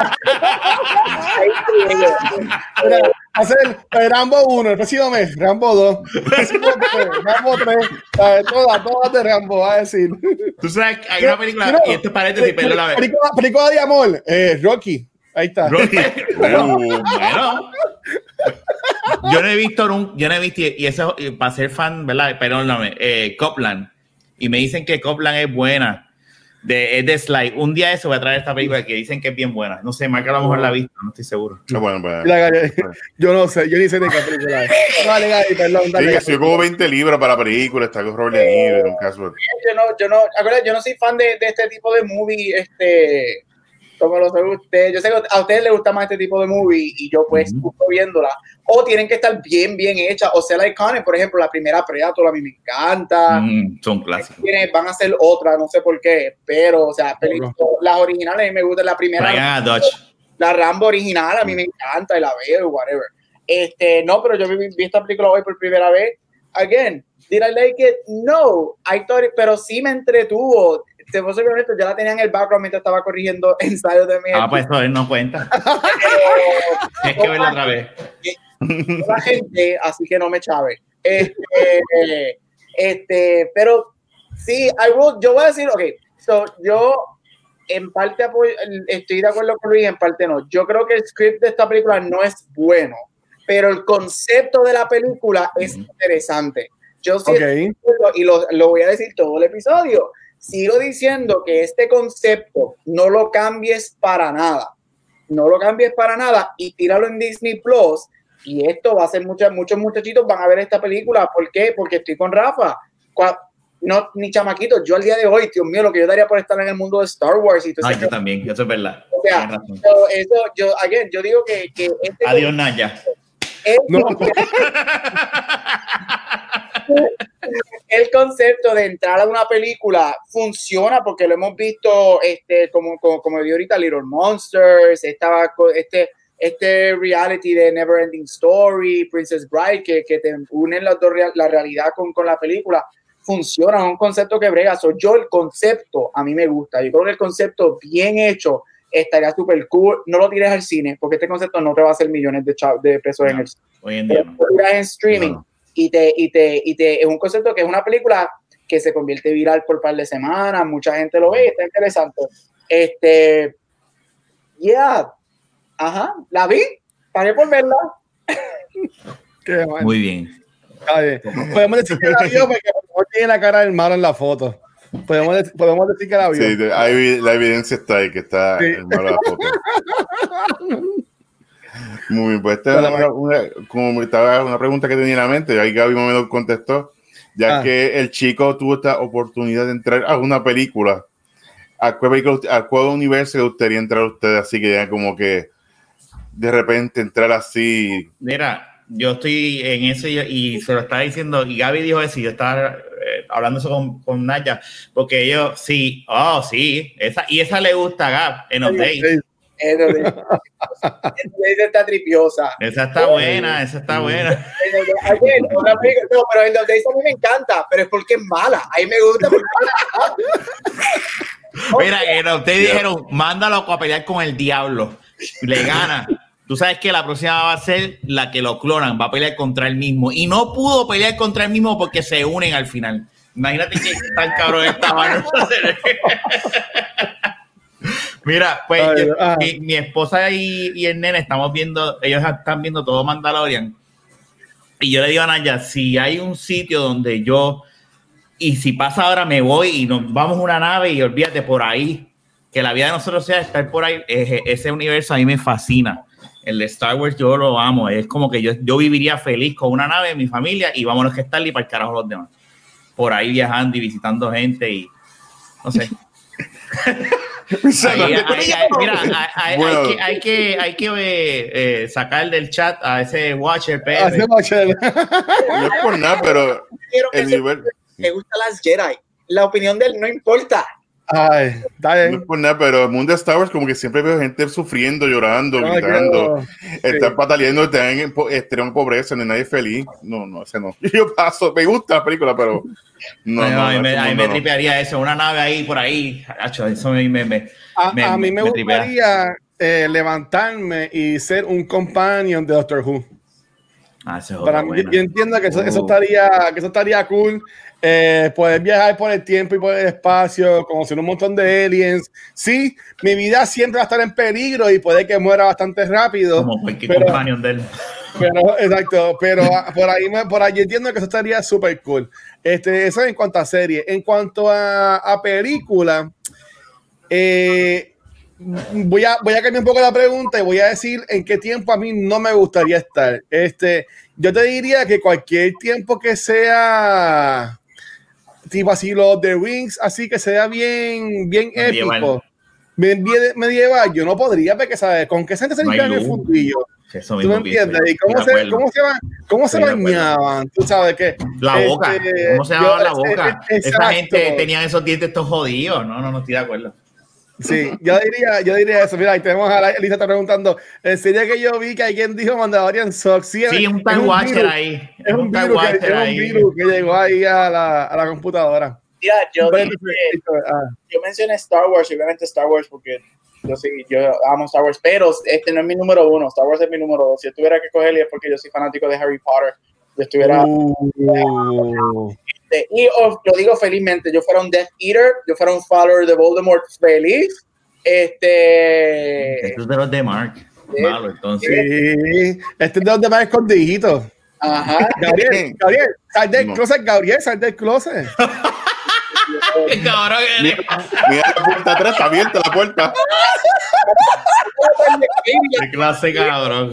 Mira, hacer Rambo uno, el próximo mes, Rambo dos, Rambo tres, todas, todas de Rambo, va a decir. Tú sabes, hay una película, no, y esto es paréntesis, pero la vez. Película, película de amor, eh, Rocky. Ahí está. Rocky. Bueno, bueno. Yo no he visto, yo no he visto, y eso, para ser fan, ¿verdad? Perdóname, eh, Copland. Y me dicen que Copland es buena. De, es de Sly. Un día eso voy a traer esta película que dicen que es bien buena. No sé, Marca a lo mejor la ha visto, no estoy seguro. No, bueno, bueno. Yo no sé, yo ni sé de qué película es. Dale, Gaby, perdón. Dale, sí, como veinte libras para la película, está con Robert De Niro, un caso. Yo no, yo no, acuérdate, yo no soy fan de, de este tipo de movie, este, como lo sabe usted. Yo sé que a ustedes les gusta más este tipo de movie y yo pues mm-hmm. gusto viéndola. O tienen que estar bien, bien hechas. O sea, la Iconic, por ejemplo, la primera Predator a mí me encanta. Mm, son clásicos. Van a hacer otra, no sé por qué, pero, o sea, películas, las originales a mí me gustan. La primera, la, la Rambo original a mí me encanta y la veo, whatever. Este, no, pero yo vi, vi esta película hoy por primera vez. Again, did I like it? No, I thought it, pero sí me entretuvo. te voy a ser honesto, ya la tenía en el background mientras estaba corrigiendo ensayos de mi. Ah, pues eso él no cuenta. Es que verlo otra vez. La gente, así que no me chave. Este, este, pero sí, I will, yo voy a decir, ok, so, yo en parte apoyo, estoy de acuerdo con Luis, en parte no. Yo creo que el script de esta película no es bueno, pero el concepto de la película es interesante. Yo sí, okay. y lo, lo voy a decir todo el episodio, sigo diciendo que este concepto no lo cambies para nada, no lo cambies para nada y tíralo en Disney Plus, y esto va a ser muchos, muchos muchachitos van a ver esta película. ¿Por qué? Porque estoy con Rafa. No, ni chamaquitos, yo al día de hoy, Dios mío, lo que yo daría por estar en el mundo de Star Wars. Y Ay, yo también, eso es verdad. O sea, yo, eso, yo, again, yo digo que, que este adiós, Naya. No. El concepto de entrar a una película funciona porque lo hemos visto, este, como, como, como dio ahorita, Little Monsters, estaba este, este reality de Neverending Story, Princess Bride, que, que te unen las dos, la realidad con, con la película. Funciona, es un concepto que brega. So, yo el concepto a mí me gusta. Yo creo que el concepto bien hecho estaría súper cool. No lo tires al cine, porque este concepto no te va a hacer millones de, de pesos no, en el cine. Hoy en día no. Lo tiras en streaming no. y, te, y, te, y te es un concepto que es una película que se convierte viral por un par de semanas. Mucha gente lo ve, está interesante. Este, yeah, ajá, la vi, pagué por verla. Qué bueno. Muy bien. Podemos decir que la vio porque no tiene la cara del malo en la foto. Podemos, de- podemos decir que la vio. Sí, hay, la evidencia está ahí, que está sí. el malo en la foto. Muy bien, pues esta es una, una, como estaba una pregunta que tenía en la mente, y ahí Gaby me lo contestó, ya ah. que el chico tuvo esta oportunidad de entrar a una película. ¿A qué película, a cuál universo le gustaría entrar a ustedes? Así que ya como que de repente entrar así. Mira, yo estoy en eso y, y se lo estaba diciendo, y Gaby dijo eso, y yo estaba eh, hablando eso con, con Naya, porque ellos, sí, oh, sí, esa, y esa le gusta a Gab, en los days. Esa está tripiosa. Esa está buena, esa está buena. No, pero en los days a mí me encanta, pero es porque es mala. A mí me gusta porque mira, que no, ustedes dijeron, mándalo a pelear con el diablo. Le gana. Tú sabes que la próxima va a ser la que lo clonan, va a pelear contra él mismo. Y no pudo pelear contra él mismo porque se unen al final. Imagínate que tan cabrón estaba. Mira, pues Ay, yo, ah. mi, mi esposa y, y el nene estamos viendo, ellos están viendo todo Mandalorian. Y yo le digo a Naya, si hay un sitio donde yo, y si pasa ahora me voy y nos vamos a una nave y olvídate por ahí, que la vida de nosotros sea estar por ahí, ese, ese universo a mí me fascina. El de Star Wars yo lo amo, es como que yo, yo viviría feliz con una nave, mi familia, y vámonos que estar y para el carajo los demás. Por ahí viajando y visitando gente y no sé. Ahí, ahí, ahí, mira, hay, bueno. hay que, hay que, hay que eh, eh, sacar del chat a ese Watcher P R. No es por nada, pero el nivel... me gustan las Jedi. La opinión de él no importa. Ay, dale. No es por nada, pero el mundo de Star Wars como que siempre veo gente sufriendo, llorando, no, gritando, están sí. pataleando, están en extrema pobreza, no hay nadie feliz. No, no, ese no. Yo paso, me gusta la película, pero no, Ay, no, no, no, me, no, me no. tripearía eso, una nave ahí por ahí. Acho, eso me, me, me, a, me, a mí me, me gustaría eh, levantarme y ser un companion de Doctor Who. Ah, eso es Para mí, yo entiendo que eso, eso estaría, que eso estaría cool. Eh, poder viajar por el tiempo y por el espacio, conocer un montón de aliens. Sí, mi vida siempre va a estar en peligro y puede que muera bastante rápido. Como cualquier pero, companion de él. Pero, exacto, pero por ahí, por ahí entiendo que eso estaría súper cool. Este, eso en cuanto a serie. En cuanto a, a película, eh, voy a, voy a cambiar un poco la pregunta y voy a decir en qué tiempo a mí no me gustaría estar. Este, yo te diría que cualquier tiempo que sea tipo así los The Rings, así que sea bien, bien medieval. épico, bien, bien medieval, yo no podría, porque sabes, con qué gente se no limpian el fundillo. ¿Tú me entiendes? ¿Y cómo se, cómo se, va, cómo se bañaban? Tú sabes que la boca, este, ¿cómo se llamaba la boca? Es, esa gente tenía esos dientes estos jodidos. No, no, no estoy de acuerdo. Sí, yo diría, yo diría eso. Mira, ahí tenemos a la Elisa está preguntando. En serie que yo vi que alguien dijo Mandalorian Sox. Sí, sí, un Time Watcher ahí. Es un virus que, que llegó ahí a la, a la computadora. Mira, yo, dije, yo mencioné Star Wars, obviamente Star Wars, porque yo sí, yo amo Star Wars, pero este no es mi número uno. Star Wars es mi número dos. Si yo tuviera que cogerle es porque yo soy fanático de Harry Potter. Yo estuviera. Uh. Este, y oh, yo digo felizmente, yo fuera un Death Eater, yo fuera un follower de Voldemort feliz. Este. Esto es de los de Mark. ¿Sí? Malo, entonces. Sí, este es de los de más escondiditos. Ajá. Gabriel, Gabriel, sal del no. closet, Gabriel, sal del closet. ¡Qué cabrón eres! Mira la puerta atrás, está abierta la puerta. ¡Qué clase, cabrón!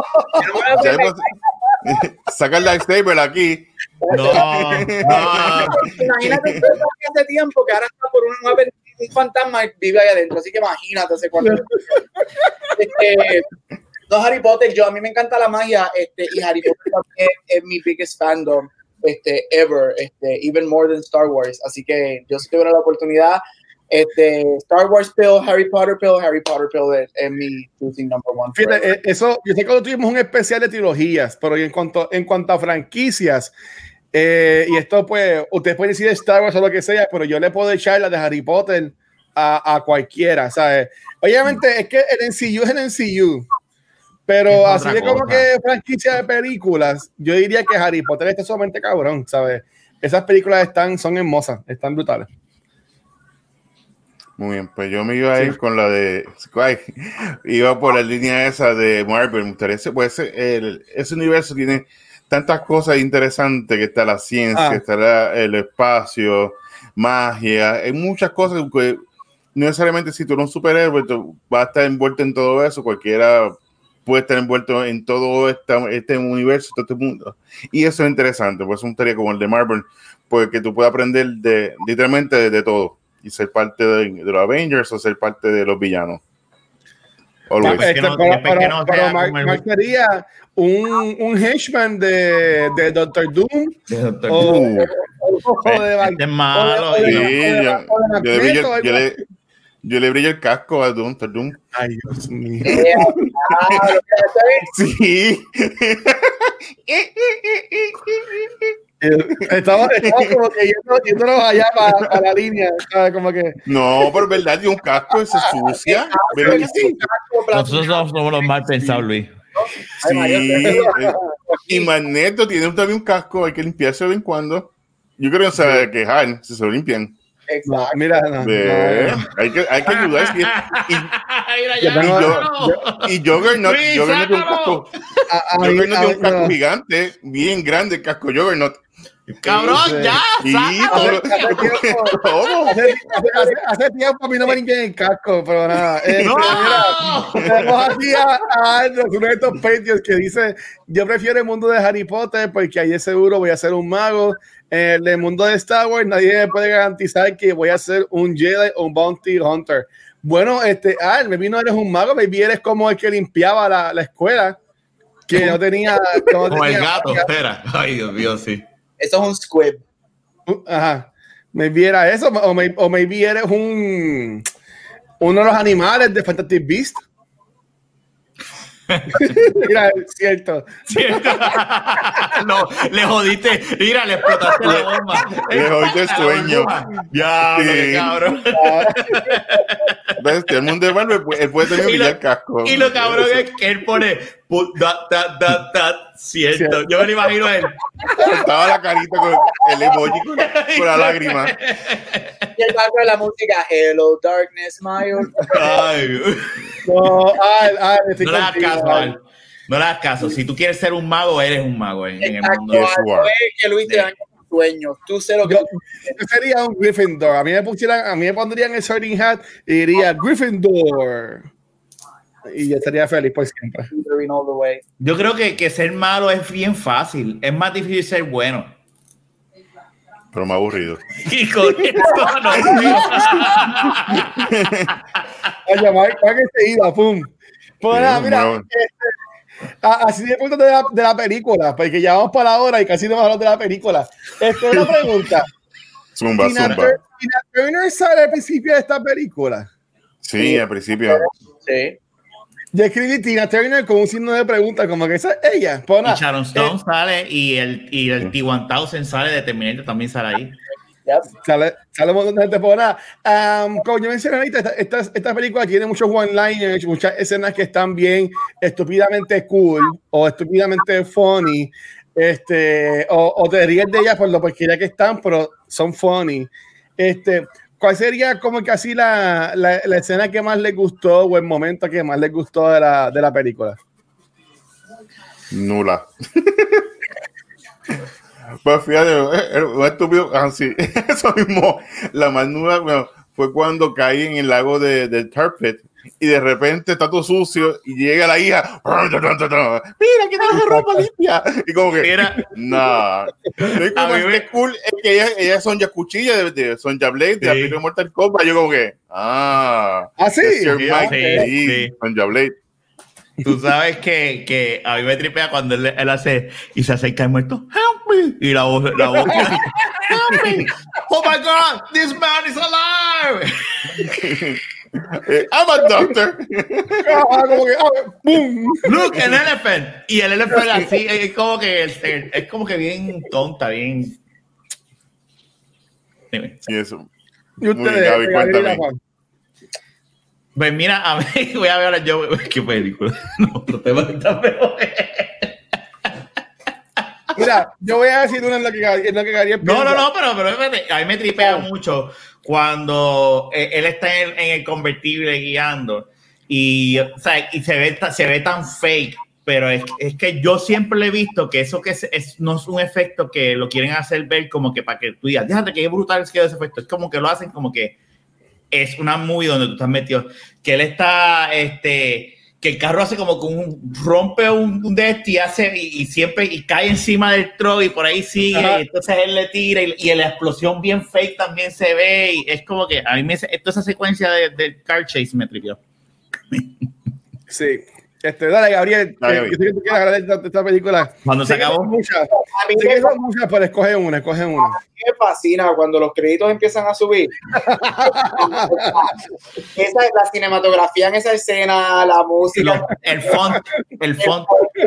Saca el lightsaber aquí. No, no. Imagínate que hace tiempo que ahora está por un, un fantasma y vive ahí adentro, así que imagínate hace cuánto. Este, no, Harry Potter, yo a mí me encanta la magia, este, y Harry Potter también es, es mi biggest fandom, este, ever, este, even more than Star Wars, así que yo si tuviera la oportunidad, este, Star Wars pill, Harry Potter pill, Harry Potter pill es, es mi choosing number one. Fíjate, eso, yo sé que tuvimos un especial de trilogías, pero en cuanto, en cuanto a franquicias, eh, y esto pues, ustedes pueden decir Star Wars o lo que sea, pero yo le puedo echar la de Harry Potter a, a cualquiera, ¿sabes? Obviamente es que el M C U es el M C U. Pero así de como que franquicia de películas, yo diría que Harry Potter está sumamente cabrón, ¿sabes? Esas películas están, son hermosas, están brutales. Muy bien, pues yo me iba a ir sí. con la de... Ay, iba por la línea esa de Marvel. Me gustaría, pues el, ese universo tiene tantas cosas interesantes, que está la ciencia, ah. está la, el espacio, magia, hay muchas cosas que no necesariamente si tú eres un superhéroe, tú vas a estar envuelto en todo eso, cualquiera puede estar envuelto en todo esta, este universo, todo este mundo. Y eso es interesante, pues es un teoría como el de Marvel, pues que tú puedes aprender de, literalmente de, de todo y ser parte de, de los Avengers o ser parte de los villanos. Always. Ya, este, no, pero pero, no pero Mark, Mark sería un, un henchman de, de Doctor Doom. De Doctor o, Doom. O, o, o de, este es malo. Yo le brillo el casco a Doctor Doom. Ay, Dios mío. Sí. Estamos, estamos como que yendo, yéndonos allá para, para la línea, ¿sabes? Como que... No, pero verdad, de un casco se sucia. ¿Verdad que sí? Nosotros somos los mal pensados, Luis. Sí. Y Magneto tiene también un casco, hay que limpiarse de vez en cuando. Yo creo que se va a quejar si se lo limpian. No, mira, no, no. Hay, que, hay que ayudar. Y, y, y, yo, yo, y Juggernaut Juggernaut tiene un casco, Juggernaut tiene un casco gigante, bien grande, el casco Juggernaut. Cabrón, sí, ya, sí, todo, hace, tiempo, todo. Hace, hace, hace tiempo a mí no me limpian el casco, pero nada. Este, ¡No! Mira, tenemos aquí a, a Andrew, uno de estos Patreons que dice: yo prefiero el mundo de Harry Potter porque ahí es seguro voy a ser un mago. En el mundo de Star Wars nadie me puede garantizar que voy a ser un Jedi o un Bounty Hunter. Bueno, este, ah, me vino eres un mago, me eres como el que limpiaba la, la escuela, que no tenía... No como tenía, el gato, espera. Ay, Dios mío, sí. Eso es un squib. Uh, ajá. Me viera eso, o me, o me eres un uno de los animales de Fantastic Beasts. Mira, es cierto. ¿Cierto? No, le jodiste. Mira, le explotaste la bomba. Le jodiste el sueño. Ya, sí. Cabrón. ¿Ves? El mundo de Marvel, él puede tener un el casco. Y lo cabrón es que él pone that, that, that, that, cierto. cierto. Yo me lo imagino a él. Estaba la carita con el emoji con, con la lágrima. Y el bajo de la música, Hello Darkness, my old. Ay, no, ay, ay, no le das caso, Al. No le das caso. Si tú quieres ser un mago, eres un mago en, en el mundo. Yes, es que Luis te daña tus sueños. Tú sé lo que yo, yo sería un Gryffindor. A mí me pusieran, a mí me pondrían el Sorting Hat y diría Gryffindor. Y yo estaría feliz por siempre. Yo creo que, que ser malo es bien fácil. Es más difícil ser bueno. Pero me aburrido. Y con esto no. Oye, Mike, ¿para qué se iba? Pum. Pues nada, mira, este, así de punto de la, de la película, porque ya vamos para la hora y casi no vamos a hablar de la película. Esto es una pregunta. Zumba, Tina, zumba. Tina Turner sale al principio de esta película. Sí, sí, al principio. Sí. Yo escribí Tina Turner con un signo de pregunta, como que esa es ella. Y Sharon Stone eh, sale y el, y el T one thousand sale de Terminator, también sale ahí. Yep. Sale, sale un montón de gente por nada. Um, como yo mencioné ahorita, esta, esta, esta película tiene muchos one-liners, muchas escenas que están bien estúpidamente cool o estúpidamente funny, este, o, o te ríes de ellas por lo porquería que están, pero son funny. Este, ¿cuál sería como que así la, la, la escena que más les gustó o el momento que más les gustó de la, de la película? Nula. Pues fíjate, un estúpido, así, eso mismo, la más nula bueno, fue cuando caí en el lago de, de Tarpit y de repente está todo sucio y llega la hija, mira que traje ropa limpia, y como que, Mira, nah, es como mí me... es cool, es que ella, ella es Sonja Cuchilla de, de Sonja Blade, de la película de Mortal Kombat, yo como que, ah, ¿Ah, sí? es your Sí, Mike, sí, sí. Sonja Blade. Tú sabes que, que a mí me tripea cuando él, él hace y se acerca el muerto. Help me. Y la voz, la voz. Help me. Oh my God, this man is alive. I'm a doctor. Ah, como que, ah, boom. Look, an elephant. Y el elephant así es como que es, es como que bien tonta, bien. Dime. Y eso. Y ustedes, Gaby, cuéntame. Pues mira, a mí voy a ver ahora yo. ¿Qué película? No, no te va a estar peor. Mira, yo voy a decir una en la que, en la que Gabriel No, piensa. no, no, pero, pero espérate, a mí me tripea mucho cuando eh, él está en, en el convertible guiando y, o sea, y se, ve, se ve tan fake, pero es, es que yo siempre le he visto que eso que es, es, no es un efecto que lo quieren hacer ver como que para que tú digas, déjate que es brutal que ese efecto, es como que lo hacen como que es una movie donde tú estás metido, que él está, este, que el carro hace como que un, rompe un, un de este y hace, y, y siempre, y cae encima del truck y por ahí sigue, y entonces él le tira y, y la explosión bien fake también se ve, y es como que a mí me, toda esa secuencia del de car chase me tripió. Sí. Este, dale, Gabriel, Dale, que, que sé que tú quieres hablar de esta, de esta película. Cuando se Sé que acabó. son muchas, A mí sé me que son muchas, pero escoge una, escoge una. me fascina cuando los créditos empiezan a subir. Esa, la cinematografía en esa escena, la música. Lo, el font, el font.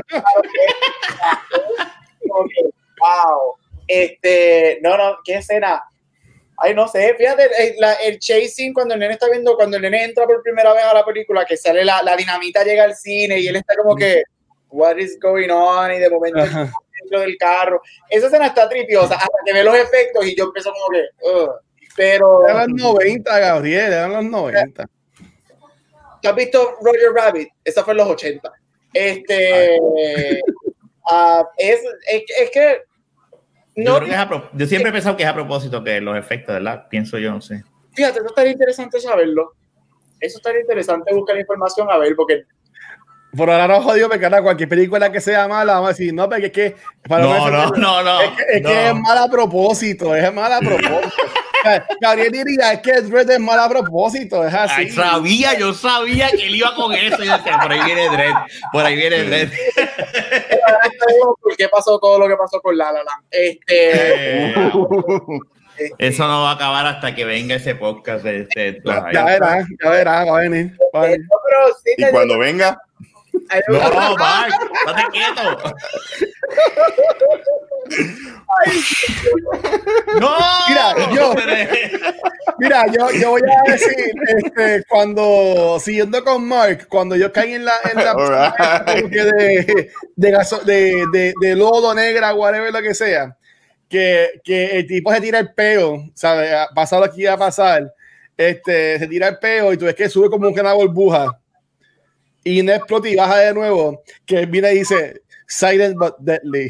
Wow. Este, no, no, qué escena. Ay, no sé, fíjate, el, la, el chasing cuando el nene está viendo, cuando el nene entra por primera vez a la película, que sale la, la dinamita, llega al cine y él está como que, what is going on? Y de momento Ajá. dentro del carro. Esa escena está tripiosa, hasta que ve los efectos y yo empiezo como que, uh, pero... Eran los noventa, Gabriel, eran los noventa. ¿Tú has visto Roger Rabbit? Esa fue en los ochenta. Este, uh, es, es, es que Yo, no, creo que es a pro, yo siempre he pensado que es a propósito que los efectos, ¿verdad? Pienso yo, no sé. fíjate, eso estaría interesante saberlo. Eso estaría interesante buscar información a ver, porque Por ahora no jodido, porque ahora cualquier película que sea mala, vamos a decir, no, porque es que... Para No, no, no, no. Es que es, no. que es mala a propósito, es mala a propósito. O sea, Gabriel diría, es que Dredd es mala a propósito, es así. Ay, sabía, yo sabía que él iba con eso. Yo decía, por ahí viene Dredd, por ahí viene Dredd. ¿por qué pasó todo lo que pasó con La La Land? Este, Eh, eso no va a acabar hasta que venga ese podcast. De, de, Ya, Ya verás, ya verás, va a venir. Va a venir. no, pero sí Y que- cuando venga, No, no, Mark, estate quieto. No, Mira, yo- pero- Mira, yo, yo voy a decir, este, cuando, siguiendo con Mark, cuando yo caí en la, en la Alright. como que de, de, gaso- de, de, de lodo negra, whatever lo que sea, que, que el tipo se tira el peo, ¿sabes? Ha pasado aquí a pasar, este, se tira el peo y tú ves que sube como una burbuja y no explota y baja de nuevo, que viene y dice, silent but deadly.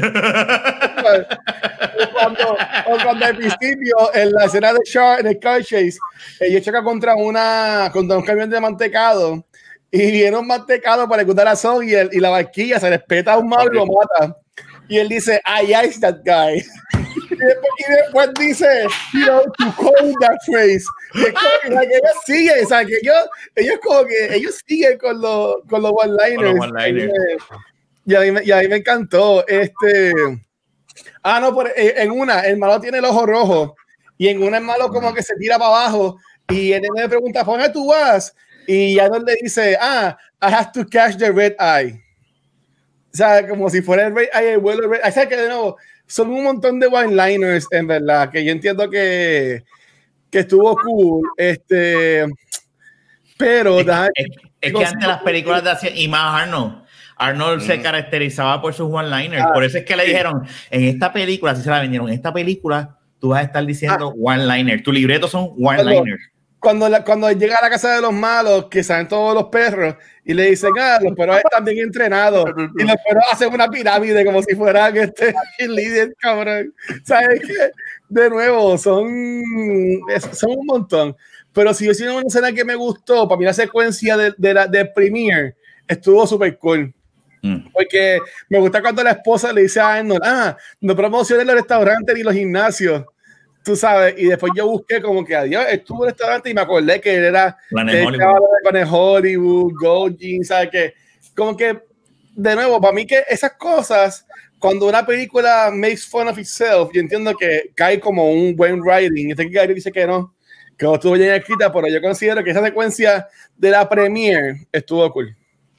o, cuando, o cuando al principio, en la escena de Char, en el car chase, ellos chocan contra, una, contra un camión de mantecado y viene un mantecado para ejecutar a Zod y, el, y la barquilla se les peta a un malo y lo mata. Y él dice, I ice that guy. Y después, y después dice, you know, to call that phrase. Y es como que, o sea, que ellos siguen, o sea, que ellos, ellos como que, ellos siguen con los, con los one-liners. Con los one-liners. Y a mí me, y a mí me encantó. Este, ah, no, por, en una, el malo tiene el ojo rojo. Y en una el malo como que se tira para abajo. Y el nene le pregunta, ¿por dónde tú vas? Y ya donde dice, ah, I have to catch the red eye. O sea, como si fuera el red eye, el vuelo del red eye. O sea, que de nuevo, son un montón de one-liners, en verdad, que yo entiendo que, que estuvo cool. Este, pero... Es, da, es, es que antes las películas de acción, y más Arnold, Arnold mm. se caracterizaba por sus one-liners. Ah, por eso es que le dijeron, en esta película, así se la vendieron, en esta película tú vas a estar diciendo ah. one-liner. Tu libreto son one-liners. Cuando, la, cuando llega a la casa de los malos, que salen todos los perros, y le dicen, ah, los perros están bien entrenados, y los perros hacen una pirámide como si fueran este líder, cabrón. ¿Sabes qué? De nuevo, son, son un montón. Pero si yo hice una escena que me gustó, para mí la secuencia de, de, la, de Premiere estuvo súper cool. Mm. Porque me gusta cuando la esposa le dice a Arnold, ah, no promociones los restaurantes ni los gimnasios. Tú sabes, y después yo busqué como que adiós, estuvo en el restaurante y me acordé que él era Planet Hollywood, Planet Hollywood, Gold Jeans, ¿sabes qué? Como que, de nuevo, para mí que esas cosas, cuando una película makes fun of itself, yo entiendo que cae como un buen writing. Este que dice que no, que no estuvo bien escrita, pero yo considero que esa secuencia de la premiere estuvo cool.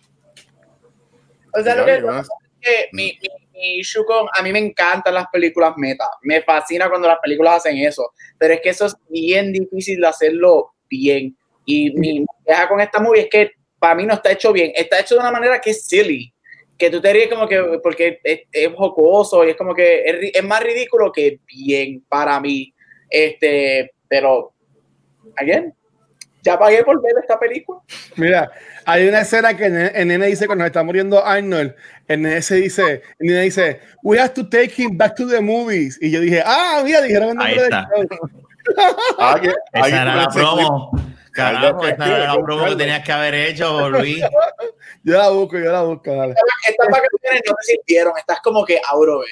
O sea, lo que es que mi, mi, mi issue con, a mí me encantan las películas meta, me fascina cuando las películas hacen eso, pero es que eso es bien difícil de hacerlo bien, y mi queja con esta movie es que para mí no está hecho bien, está hecho de una manera que es silly, que tú te ríes como que, porque es, es jocoso, y es como que es, es más ridículo que bien para mí, este, pero, again, ya pagué por ver esta película. Mira, hay una escena que el nene dice cuando está muriendo Arnold, el nene se dice, el nene dice, we have to take him back to the movies. Y yo dije, ah, mira, dijeron el nombre del show. Ah, que, esa era la promo. Carajo, esta era la promo que tenías que haber hecho, Luis. Yo la busco, yo la busco. Dale. Estas vacaciones no te sirvieron, estás como que auro.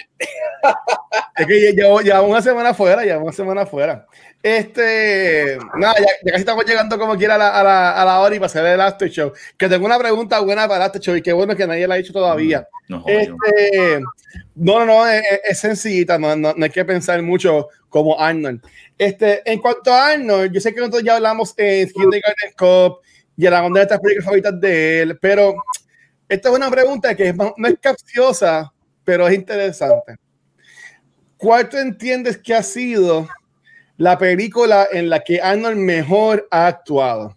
Es que llevo ya una semana fuera, ya una semana fuera. Este, nada, ya, ya casi estamos llegando como quiera a la, a la, a la hora y para hacer el after show. Que tengo una pregunta buena para el after show y qué bueno que nadie la ha hecho todavía. No, no, este, no, no, no, es, es sencillita, no, no, no hay que pensar mucho como Arnold. Este, en cuanto a Arnold, yo sé que nosotros ya hablamos en Kindergarten Cop y en la onda de estas películas favoritas de él, pero esta es una pregunta que es, no es capciosa, pero es interesante. ¿Cuál tú entiendes que ha sido la película en la que Arnold mejor ha actuado?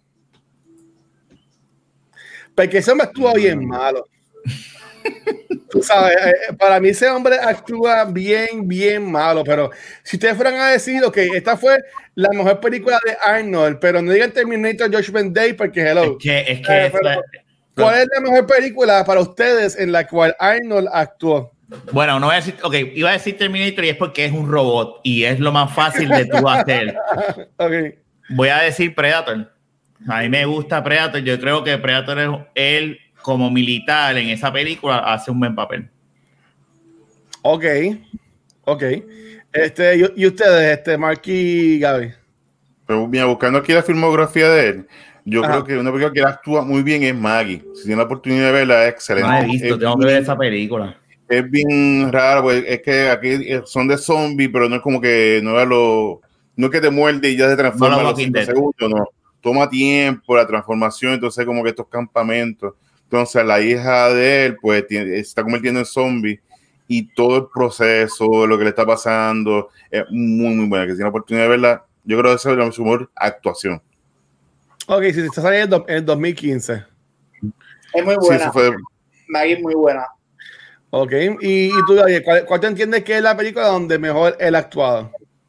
Porque ese hombre actúa bien malo. Tú sabes, para mí ese hombre actúa bien, bien malo, pero si ustedes fueran a decir, ok, esta fue la mejor película de Arnold, pero no digan Terminator Judgment Day porque hello. Es que, es que eh, pero, es la, ¿cuál es la mejor película para ustedes en la cual Arnold actuó? Bueno, no voy a decir, ok, iba a decir Terminator y es porque es un robot y es lo más fácil de tú hacer. Okay. Voy a decir Predator. A mí me gusta Predator. Yo creo que Predator es él como militar en esa película hace un buen papel. Ok, ok. Este, y, y ustedes, este, Mark y Gaby. Pero mira, buscando aquí la filmografía de él, yo Ajá. creo que una película que él actúa muy bien es Maggie. Si tiene la oportunidad de verla, es excelente. No he visto, es tengo bien, que ver esa película. Es bien raro, pues es que aquí son de zombies, pero no es como que no es lo, no es que te muerde y ya se transforma en los cinco segundos, no. Toma tiempo la transformación, entonces como que estos campamentos. Entonces la hija de él pues tiene, se está convirtiendo en zombie y todo el proceso, lo que le está pasando, es muy, muy buena. Que si tiene la oportunidad de verla, yo creo que esa es su mejor actuación. Ok, si está saliendo en el dos mil quince. Es muy buena. Sí, fue... Maggie es muy buena. Ok, y, y tú, David, ¿cuál, ¿cuál te entiendes que es la película donde mejor él ha actuado?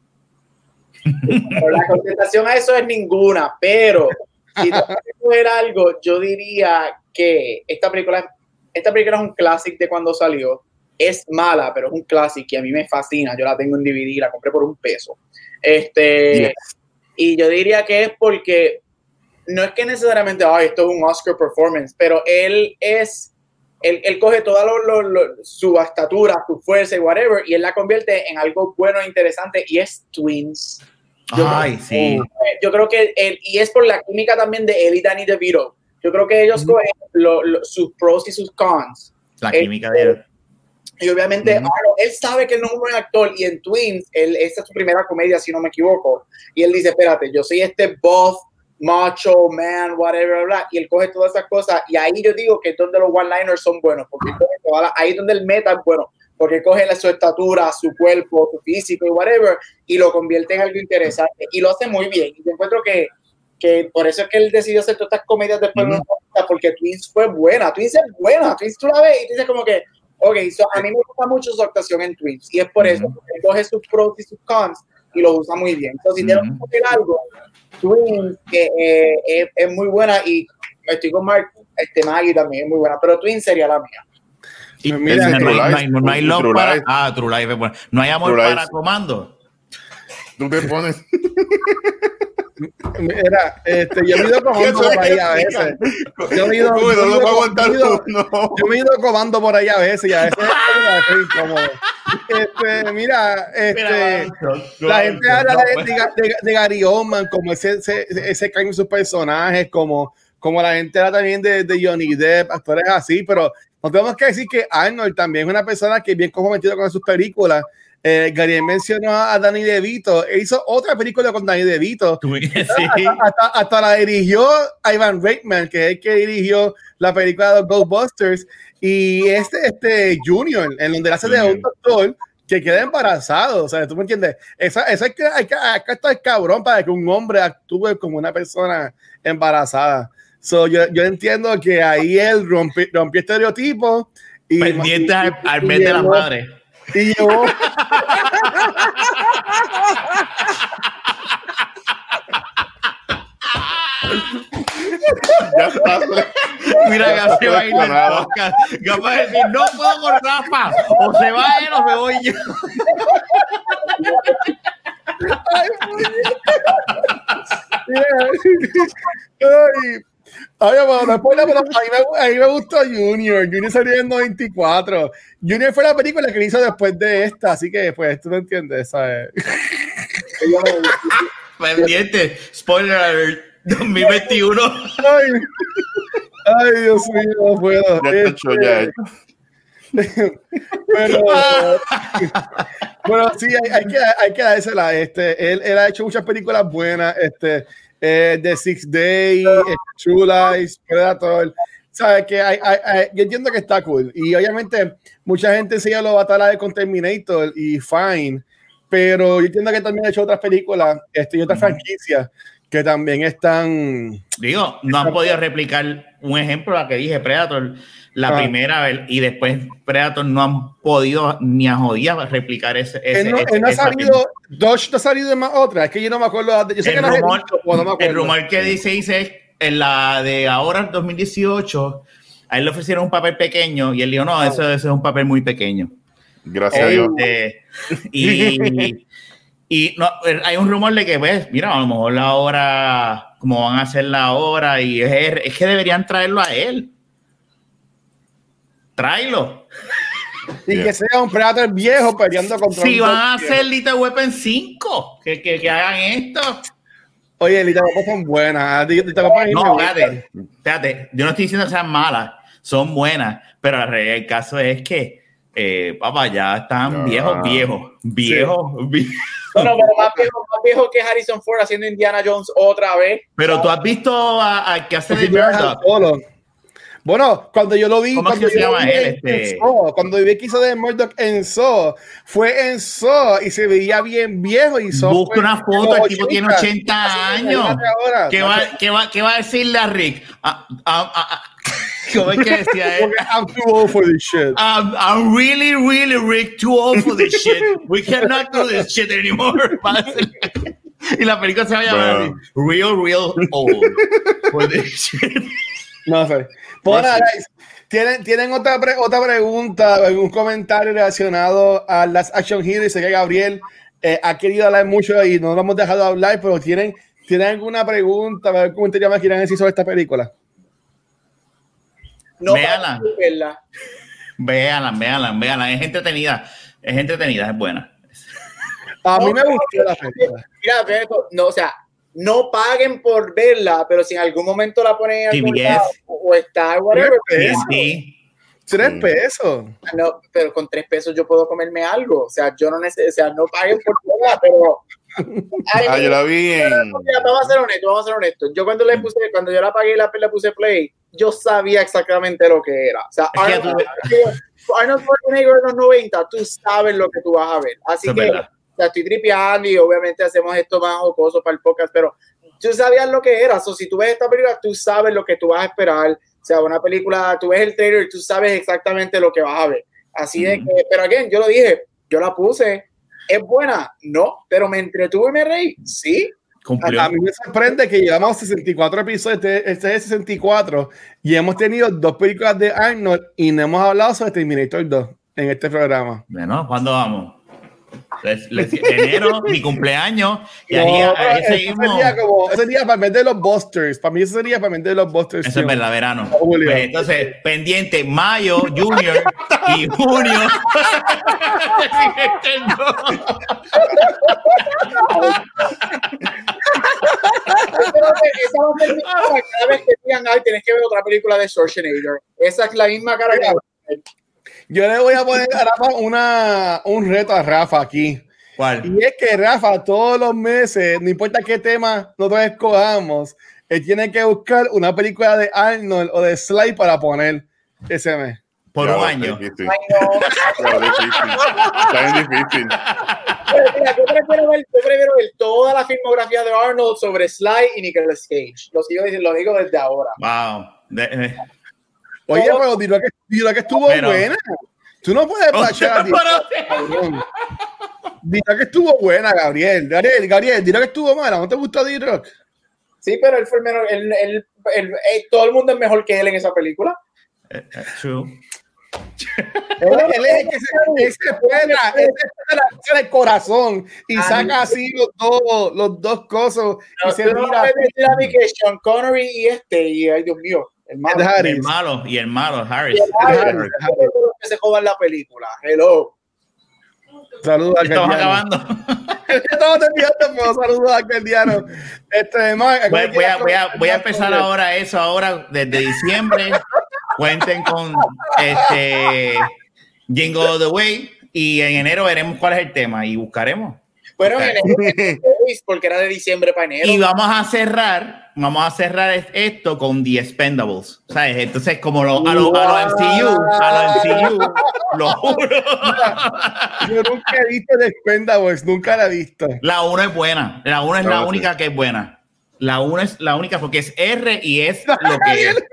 Pero la contestación a eso es ninguna, pero si tengo que coger algo, yo diría que esta película, esta película es un clásico de cuando salió. Es mala, pero es un clásico y a mí me fascina. Yo la tengo en D V D, la compré por un peso. Este, yes. Y yo diría que es porque no es que necesariamente, ay, esto es un Oscar performance, pero él es, él, él coge toda lo, lo, lo, su estatura, su fuerza y whatever, y él la convierte en algo bueno e interesante, y es Twins. Yo Ay, creo, sí. Yo creo que él, y es por la química también de él y Danny DeVito. Yo creo que ellos mm. cogen lo, lo, sus pros y sus cons. La él, química de él. Y obviamente, mm. Arnold, él sabe que él no es un buen actor, y en Twins, él, esta es su primera comedia, si no me equivoco, y él dice, espérate, yo soy este buff, macho, man, whatever, blah, blah, y él coge todas esas cosas, y ahí yo digo que es donde los one-liners son buenos, porque ahí es donde el meta es bueno, porque coge la, su estatura, su cuerpo, su físico y whatever, y lo convierte en algo interesante, y lo hace muy bien, y yo encuentro que, que por eso es que él decidió hacer todas estas comedias después, mm-hmm. de una, porque Twins fue buena, Twins es buena, Twins tú la ves y tú dices como que, ok, so, a mí me gusta mucho su actuación en Twins, y es por mm-hmm. eso, porque él coge sus pros y sus cons, y lo usa muy bien, entonces si mm-hmm. tenemos que hacer algo, Twins que eh, es, es muy buena, y estoy con Mark, este Maggie también es muy buena, pero Twins sería la mía. Y mira, no, no, hay, no, no hay love para, ah, True Life es bueno. No hay amor True para Life. Comando. Tú te pones. Mira, este, yo me he ido comando por ahí a veces. Yo me he ido, no, yo no, me he ido, aguantar, yo me he ido, no. yo me he ido comando por ahí a veces y a veces es incómodo. Este, mira, este, mira, no, la gente habla no, de, de, de, de Gary Oldman como ese, ese, ese cambio en sus personajes, como, como la gente habla también de, de Johnny Depp, actores así, pero no tenemos que decir que Arnold también es una persona que es bien comprometido con sus películas. Eh, Gary mencionó a Danny DeVito. Él hizo otra película con Danny DeVito. Sí. Hasta, hasta, hasta la dirigió Ivan Reitman, que es el que dirigió la película de los Ghostbusters. Y este, este Junior, en donde hace de un doctor que queda embarazado. O sea, ¿tú me entiendes? Esa, esa hay que, hay que, acá está el cabrón para que un hombre actúe como una persona embarazada. So, yo, yo entiendo que ahí él rompió, rompió estereotipos y pendiente y, al, al mes de la madre y yo ya está. Mira, Gabriel va a ir al podcast. Gabriel va a decir, no puedo con Rafa, o se va él o me voy yo. Ay, Ay, Ay, bueno, después, pero a, mí me, a mí me gustó Junior. Junior salió en noventa y cuatro. Junior fue la película que hizo después de esta, así que pues tú no entiendes, ¿sabes? Pendiente, spoiler alert, dos mil veintiuno. Ay, ay, Dios mío, no puedo. Ya te echó ya. Pero, bueno, sí, hay, hay que, hay que dársela. Este, él, él ha hecho muchas películas buenas. Este, eh, The Sixth Day, eh, True Lies, Predator. ¿Sabes? Que hay, hay, hay, yo entiendo que está cool. Y obviamente, mucha gente se lo va a talar con Terminator y fine. Pero yo entiendo que también ha hecho otras películas este, y otras uh-huh. franquicias que también están. Digo, no han podido replicar un ejemplo, la que dije, Predator. La ah. primera vez y después Predator no han podido ni a jodida replicar ese. ese, él no, ese él no ha salido, Dodge no ha salido de más otra. Es que yo no me acuerdo. Yo sé el, que rumor, no visto, no me acuerdo. El rumor que dice, dice en la de ahora, dos mil dieciocho, a él le ofrecieron un papel pequeño y él dijo: no, eso, eso es un papel muy pequeño. Gracias a Dios. Eh, y y no, hay un rumor de que, pues, mira, a lo mejor la hora, como van a hacer la hora, y es, es que deberían traerlo a él. Tráelo. Y yeah. que sea un Predator viejo peleando contra si un van a hacer Lethal Weapon cinco, que, que, que hagan esto. Oye, Lethal Weapon son buenas. No, espérate, espérate, yo no estoy diciendo que sean malas, son buenas, pero el caso es que eh, papá, ya están no. viejos, viejos, viejos, sí. viejos. Bueno, pero más viejo, más viejo que Harrison Ford haciendo Indiana Jones otra vez. Pero tú has visto a que hace de Murdoch. Bueno, cuando yo lo vi, ¿cómo cuando se yo llama vi él? En, este... en Saw, cuando vi que hizo de Murdoch en Saw, fue en Saw y se veía bien viejo y Saw. Busca una foto, el tipo tiene ochenta años. ¿Qué va, qué va, qué va a decirle a Rick? Ah, ah, ah, ¿Cómo es que decía él? I'm too old for this shit. I'm, I'm really, really, Rick, too old for this shit. We cannot do this shit anymore. Y la película se va a llamar bueno. Real, Real Old for this shit. No sé. Bueno, guys, ¿tienen, ¿tienen otra, pre, otra pregunta, algún comentario relacionado a las Action Heroes? Sé que Gabriel eh, ha querido hablar mucho y no lo hemos dejado hablar, pero ¿tienen, ¿tienen alguna pregunta, algún comentario más que quieran decir sobre esta película? No, véanla. Véanla, véanla, véanla. Es entretenida, es entretenida, es buena. A mí me gustó la película. Mira, no, o sea, no paguen por verla, pero si en algún momento la ponen en algún lado, o está whatever, tres pesos. No, pero con tres pesos yo puedo comerme algo. O sea, yo no necesito, o sea, no paguen por verla, pero. Ay, ah, yo la vi en. Mira, vamos a ser honestos, vamos a ser honestos. Yo cuando le puse, cuando yo la pagué y la, la puse play, yo sabía exactamente lo que era. O sea, Es que Arnold, tú- Arnold Schwarzenegger en los noventa, tú sabes lo que tú vas a ver. Así Eso que es verdad. o sea, estoy tripeando y obviamente hacemos esto más jocoso para el podcast, pero tú sabías lo que era. O so, si tú ves esta película, tú sabes lo que tú vas a esperar. O sea, una película, tú ves el trailer y tú sabes exactamente lo que vas a ver. Así de Ujú. que, pero again, yo lo dije, yo la puse. ¿Es buena? No, pero me entretuve y me reí. Sí. Cumplió. A mí me sorprende que llevamos sesenta y cuatro episodios, este, este es sesenta y cuatro, y hemos tenido dos películas de Arnold y no hemos hablado sobre Terminator dos en este programa. Bueno, ¿cuándo vamos? Les, les, enero, mi cumpleaños, y ahí, No, ahí eso seguimos. sería como, eso sería para vender los Busters. Para mí eso sería para vender los Busters. Eso es verdad, verano. Julio. Pues entonces, pendiente, mayo, junior y junio. Pero esa va a ser mi cara cada vez que digan, ay, tienes que ver otra película de Schwarzenegger. Esa es la misma cara que... Yo le voy a poner a Rafa una, un reto a Rafa aquí. ¿Cuál? Y es que Rafa todos los meses, no importa qué tema nosotros escogamos, él tiene que buscar una película de Arnold o de Sly para poner ese mes. Por Ya, un lo año. difícil. Ay, no. Ya, lo difícil. Está bien difícil. Pero, mira, yo prefiero ver, yo prefiero ver toda la filmografía de Arnold sobre Sly y Nicolas Cage. Lo sigo diciendo, lo digo desde ahora. Wow. De, de. Oye, pero dilo que, dilo que estuvo Pero- buena. Tú no puedes bachar a ti, cabrón. Dilo que estuvo buena, Gabriel. Gabriel, Gabriel, dilo que estuvo mala. ¿No te gustó D-Rock? Sí, pero él fue el menor. Él, él, él, eh, todo el mundo es mejor que él en esa película. Eh, eh, True. Él, él es el que se, él se pega, él se pega en el corazón y saca así los dos, los dos cosas y No, se tú no mira. me puedes decir a mí que Sean Connery y este, y ay Dios mío, el malo. Ed Y Harris. el malo, y el malo, Harris. Y el Harris, Harris, Harris. todos los que se jodan la película. Hello. Saludos a Estamos Cardiano. acabando. Estamos terminando, pero saludos a Cardiano. Este, Mark, Voy, voy a, voy, a, voy a empezar ahora eso, ahora desde diciembre. Cuenten con este Jingle All the Way y en enero veremos cuál es el tema y buscaremos. Bueno, en enero, porque era de diciembre para enero. Y vamos a cerrar, vamos a cerrar esto con The Expendables, ¿sabes? Entonces, como lo, a los a lo M C U, a los M C U, lo juro. Yo nunca he visto The Expendables, nunca la he visto. La uno es buena, la uno es la Claro, única sí. que es buena. La uno es la única porque es R y es lo que es.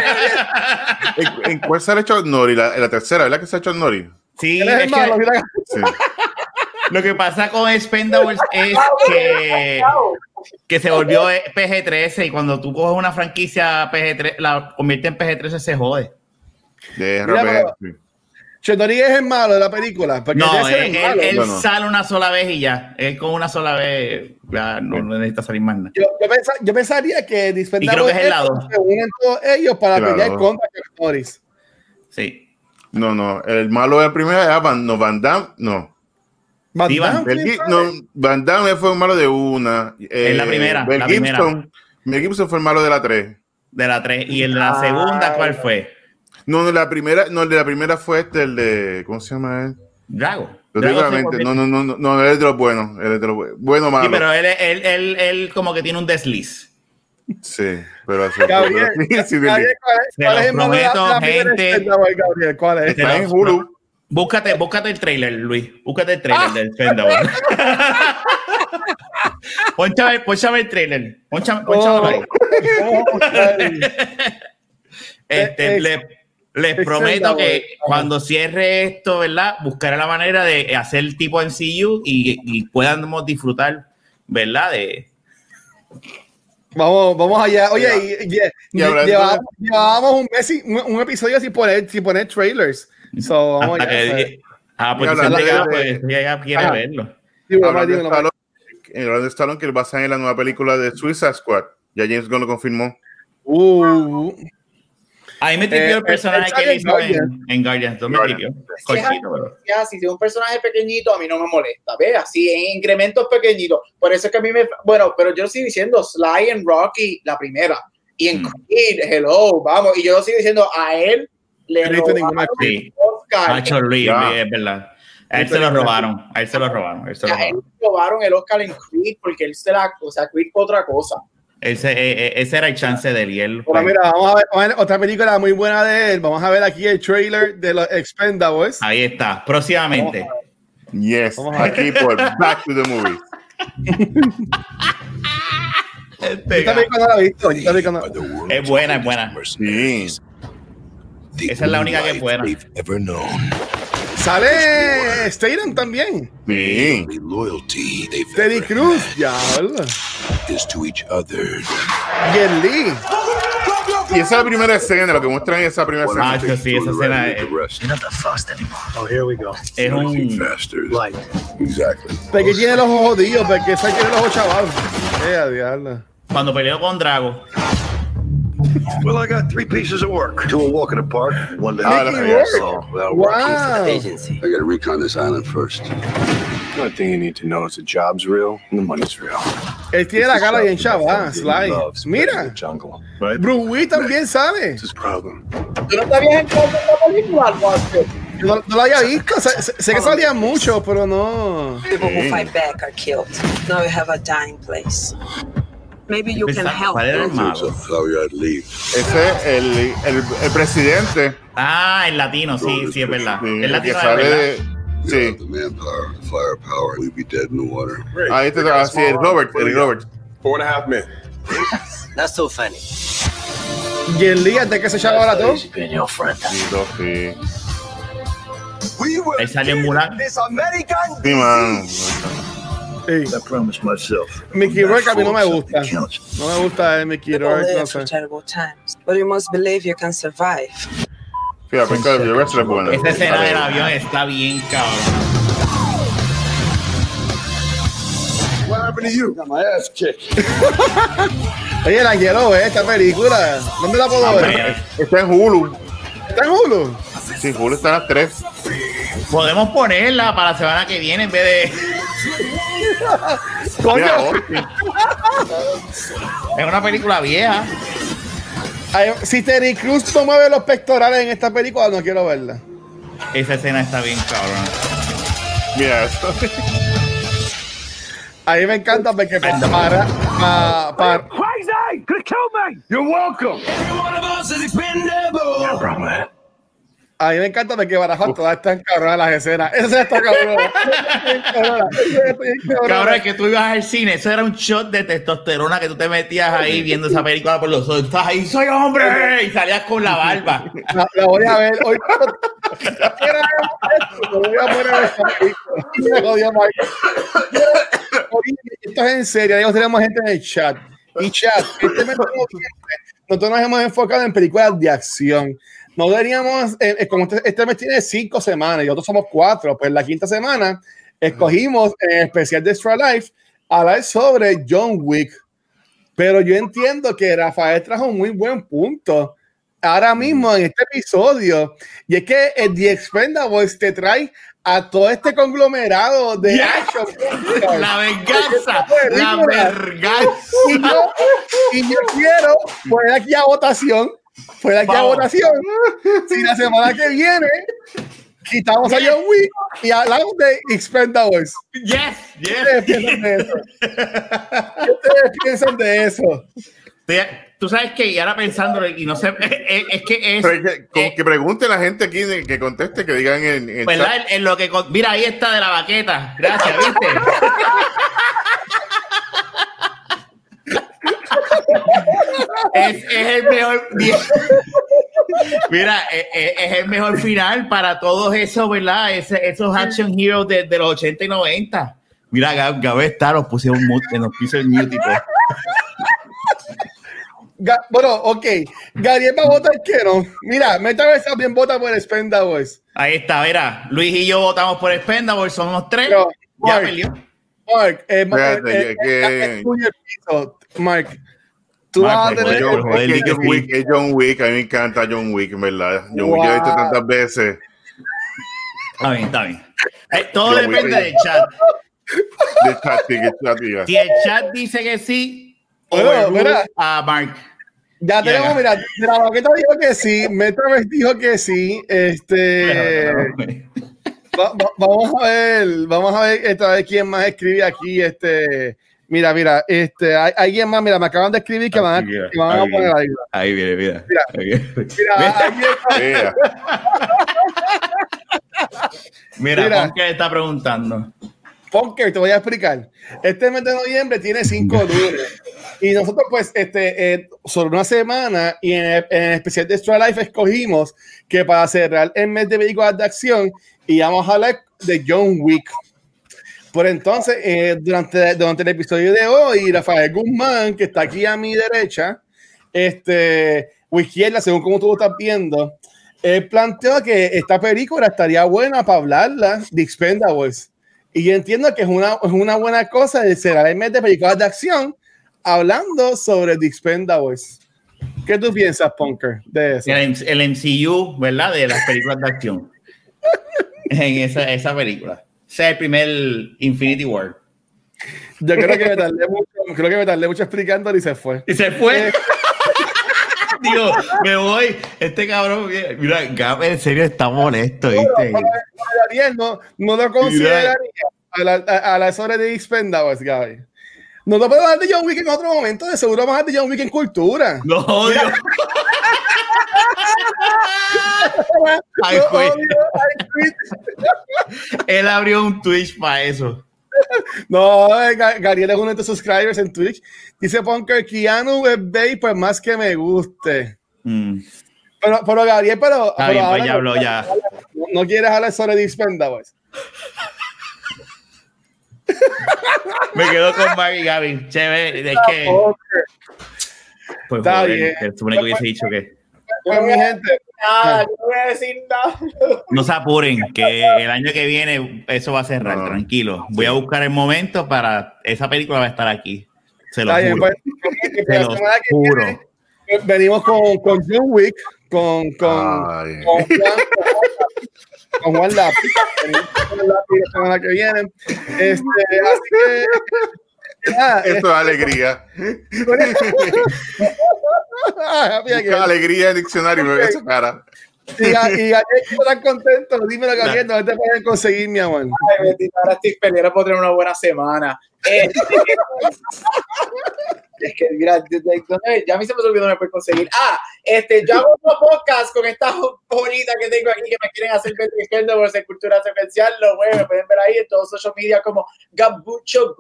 ¿En, en cuál sale Chuck Norris? La, en la tercera, ¿verdad que sale Chuck Norris? Sí, Él es es el malo, que mira. Sí. lo que pasa con Expendables es que, que se volvió P G trece y cuando tú coges una franquicia P G trece, la convierte en P G trece, se jode. De Mira, R pero- B. Chetori es el malo de la película. Porque No, ese es él, el malo. él No, no. sale una sola vez y ya. Es con una sola vez, ya no, no necesita salir más nada. Yo, yo, pensa- yo pensaría que The Y creo que es el lado. se unen todos ellos para Claro. pelear contra Chuck Norris. Sí. No, no. El malo de la primera era Van, no, Van Damme. No. Van Sí, Van- Damme, Mel ¿quién Gib- sabe? no, Van Damme fue un malo de una. Eh, Es la primera, Mel la Gibson, Mel Gibson fue el malo de la tres. De la tres. Y el de la segunda, ¿cuál fue? No, no, la primera, no, el de la primera fue este, el de, ¿cómo se llama él? Drago. Lo Drago digo se realmente, convierte- no, no, no, no, no, él es de los buenos, él es de los buenos. Bueno, malo. Sí, pero él, él, él, él como que tiene un desliz. Sí, pero así. Gabriel, pero- sí, sí, Gabriel, ¿cuál es- Se cuál los es el malo de la- prometo, de la primera gente. Expendables, Gabriel? ¿Cuál es? Este- Está en Hulu. Búscate, búscate el trailer, Luis. Búscate el trailer del Expendables. Pónchame, pónchame el trailer. Pónchame, pónchamelo ahí. Oh, ay. Este, Es- le- les es prometo que Expendables. cuando cierre esto, ¿verdad? Buscaré la manera de hacer el tipo M C U y, y podamos disfrutar, ¿verdad? De, Vamos, vamos allá. Oye, y, y- Y hablando llevábamos, llevábamos un, mes sin- un, un episodio sin poner, sin poner trailers. So, vamos hasta allá. que ah, pues Y dicen hablando que ya, de- pues, ya- ya quiere Ajá. verlo. Sí, bueno, Hablando de dímelo, Stallone, eh, hablando de Stallone, que él va a salir en la nueva película de Suicide Squad. Ya James Gunn lo confirmó. Uh, A mí me tripió Eh, el personaje él que sale él en hizo en, Guardians. en Guardians. dos me Guardians. tripió. Cortito, pero- Ya, si es un personaje pequeñito, a mí no me molesta. Ve, así en incrementos pequeñitos. Por eso es que a mí me. Bueno, pero yo lo sigo diciendo Sly en Rocky, la primera. Y en Mm. Creed, hello, vamos. Y yo lo sigo diciendo a él. Le No he visto ninguna robaron Creed. el Oscar. Nacho Luis, Ya. es verdad. A él se lo robaron. A él se lo robaron. A él se lo A él robaron. le robaron el Oscar en Creed porque él se la. O sea, Creed fue otra cosa. Ese, ese, ese era el chance de él. Y él bueno, mira, vamos a, ver, vamos a ver otra película muy buena de él. Vamos a ver aquí el trailer de los Expendables. Ahí está, próximamente. Yes, aquí por Back to the Movies. Esta película no la he visto. Esta película no... Es buena, es buena. Sí. Esa es la única que es buena. Sale Statham también. Sí. Teddy Cruz, ya, ¿verdad? Jet Li. Y esa es la primera escena, lo que muestran en esa primera escena. Ah, sí, esa escena es, es un... Porque tiene los ojos jodidos, porque esa tiene los ojos chavados. Eh, diablo. Cuando peleó con Drago. Well, I got three pieces of work. Two a walk in the park, one to Ah, the no, asshole. Wow. Agency. I gotta recon this island first. The only thing you need to know is the job's real and the money's real. Él tiene la cara bien chava, Sly. Mira, Jungle, right? Bruce Willis también sale. This is problem. ¿Tú no te habías encontrado en la película, Walter? No, no lo había visto, sé, sé- sé que salía mucho, pero no. People who fight back are killed. Now we have a dying place. Maybe you can help. ¿Cuál era el malo? leave. Ese es el, el, el presidente. Ah, el latino, sí, sí, es verdad. Sí, El el que latino es sale verdad. de. Sí. The manpower, the firepower, we'd be dead in the water. Ahí está, así el Robert, el Robert. Four and a half men. Not so funny. Jet Li, antes que se echaba la todo. Easy being your friend. Sí, dos, sí. Él salió en Mulan. Sí, man. Sí. I promised myself. Mickey Rourke a mí no me gusta. Counts. No me gusta el Mickey People Rourke, no live sé. through terrible times, but you must believe you can survive. Fíjate, el de Wrestler es bueno. Esa escena del avión está bien cabrón. What happened to you? Got my ass kicked. Oye, la quiero ver, esta película. ¿Dónde la puedo ver? Está en Hulu. ¿Está en Hulu? Sí, Hulu está en las tres. Podemos ponerla para la semana que viene en vez de... Coño. Mira, Austin. Es una película vieja. Ay, si Terry Cruz no mueve los pectorales en esta película, no quiero verla. Esa escena está bien cabrón. Mira esto. A mí me encanta porque para, para, para, para Crazy! Could kill me! You're welcome! Every one of us is expendable! Yeah, bro, man. a mí me encanta porque Barajas todas están cabronas las escenas. Esa está cabrona. Cabrón, es que tú ibas al cine, eso era un shot de testosterona que tú te metías ahí viendo esa película por los ojos. Estás ahí, soy hombre, y salías con la barba. La, la voy a ver hoy. Lo voy a poner esta película. Me jodió, Mike. Esto es en serio, ahí tenemos gente en el chat. Y chat, este mes de noviembre, nosotros nos hemos enfocado en películas de acción. No deberíamos, eh, como este, este mes tiene cinco semanas y nosotros somos cuatro, pues la quinta semana escogimos en especial de Extra Life hablar sobre John Wick. Pero yo entiendo que Rafael trajo un muy buen punto ahora mismo en este episodio, y es que el The Expendables te trae a todo este conglomerado de Yeah. action. La venganza, la venganza. Y yo, y yo quiero poner aquí a votación, poner aquí a Vamos. votación, si la semana que viene quitamos a John Wick y hablamos de Expendables. Yes, ¿Qué yes. ustedes piensan de eso? ¿Qué ustedes piensan de eso? Te- Tú sabes que, y ahora pensándolo, y no sé, es, es que es. Pero es que, con- eh, que pregunte la gente aquí, de- que conteste, que digan en, en ¿verdad? chat. En, en lo que. con- Mira, ahí está de la baqueta. Gracias, ¿viste? es, es el mejor. Mira, es, es- es el mejor final para todos esos, ¿verdad? Ese- esos action heroes de, de los ochenta y noventa. Mira, Gab, Gab está, nos pusieron mute, nos puso el mute y todo. Ga- Bueno, ok. Gabriel va a votar que no. Mira, Meta vez también vota por Expendables. Ahí está, mira. Luis y yo votamos por Expendables, somos tres. Pero, Ya Mark, peleó. Mark, eh, Fíjate, eh, eh, que- eh, tuyo el piso. Mark, tú Mark, vas a por tener. favor, John, joder, es di que que John sí. Wick, es John Wick, a mí me encanta John Wick, en verdad. John Wick, yo lo he visto Wow. tantas veces. Está bien, está bien. Eh, todo Yo depende voy a- del chat. De chat, sí, que chat diga. Si el chat dice que sí, Bueno, overrule mira. a Mark. Ya tenemos, Llega. mira, de la baqueta dijo que sí, Metaverse dijo que sí. Este. Va- va- vamos a ver, vamos a ver esta vez quién más escribe aquí. Este, Mira, mira, este, hay alguien más, mira, me acaban de escribir que van a, mira, que van a ahí poner ahí. Ahí viene, mira. Mira, Ahí viene. mira, alguien- Mira. Mira, Mira. ¿con qué está preguntando? Ponker, te voy a explicar. Este mes de noviembre tiene cinco lunes. Y nosotros, pues, este, eh, sobre una semana y en el, en el especial de Extra Life escogimos que para cerrar el mes de películas de acción íbamos a hablar de John Wick. Por entonces, eh, durante, durante el episodio de hoy, Rafael Guzmán, que está aquí a mi derecha, este, o izquierda, según como tú lo estás viendo, él planteó que esta película estaría buena para hablarla de Expendables. Y yo entiendo que es una, es una buena cosa de cerrar el mes de películas de acción hablando sobre The Expendables. ¿Qué tú piensas, Punker, de eso? El, el M C U, ¿verdad? De las películas de acción. En esa, esa película. Ese es el primer Infinity War. Yo creo que me tardé mucho, creo que me tardé mucho explicándolo y se fue. Y se fue. Digo, me voy. Este cabrón, mira, Gab en serio está molesto, ¿viste? Bueno, Ariel, no, no lo consideraría a la, a, a la hora de Expendables, Gaby. No te puedo hablar de John Wick en otro momento, de seguro vamos a hablar de John Wick en cultura. No odio. Ay, No, güey. obvio, ay, quit. Él abrió un Twitch para eso. No, eh, Ga- Gabriel es uno de tus subscribers en Twitch. Dice Punker, Keanu es Bay, pues más que me guste. Mm. Pero, pero Gabriel, pero, Está pero bien, pues ahora ya habló, ya. No, no quieres hablar sobre The Expendables. Me quedo con Maggie Gaby. Chévere, es que. Punker. Pues, Está joder, bien. se supone que hubiese dicho que. Pues mi gente, Nada, yo no voy a decir nada. No se apuren, que el año que viene eso va a cerrar, No. tranquilo. Voy a buscar el momento para. Esa película va a estar aquí. Se lo está bien, juro. pues, Se la lo semana que juro. viene, venimos con, con John Wick, con, con, Ay. con Juan, con Juan Lápiz. Venimos con Juan Lápiz la semana que viene. Este, así que. nada, Esto es alegría. ah, mira que- Busca alegría en diccionario, me ve esa cara. Y, y ayer estás contento, dímelo, Gabriel, ¿dónde te pueden conseguir, mi amor? Ay, bendito, ahora estoy feliz, ahora puedo tener una buena semana. Eh, es que, mira, desde- ¿dónde? Ya a mí se me olvidó dónde me puede conseguir. Ah, este, yo hago un podcast con estas bonitas que tengo aquí que me quieren hacer ver Expendables en Cultura Secuencial. Lo bueno, me pueden ver ahí en todos los social media como Gabucho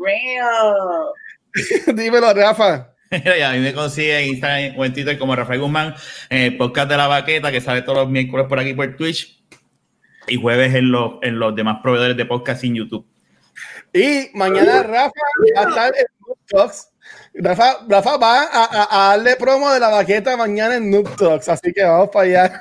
Graham. Dímelo, Rafa. Mira, y a mí me consigue en Instagram o en Twitter como Rafael Guzmán, en el podcast de La Baqueta, que sale todos los miércoles por aquí por Twitch, y jueves en los, en los demás proveedores de podcast en YouTube. Y mañana Rafa va a estar en Noob Talks. Rafa, Rafa va a, a- a darle promo de la baqueta mañana en Noob Talks, así que vamos para allá.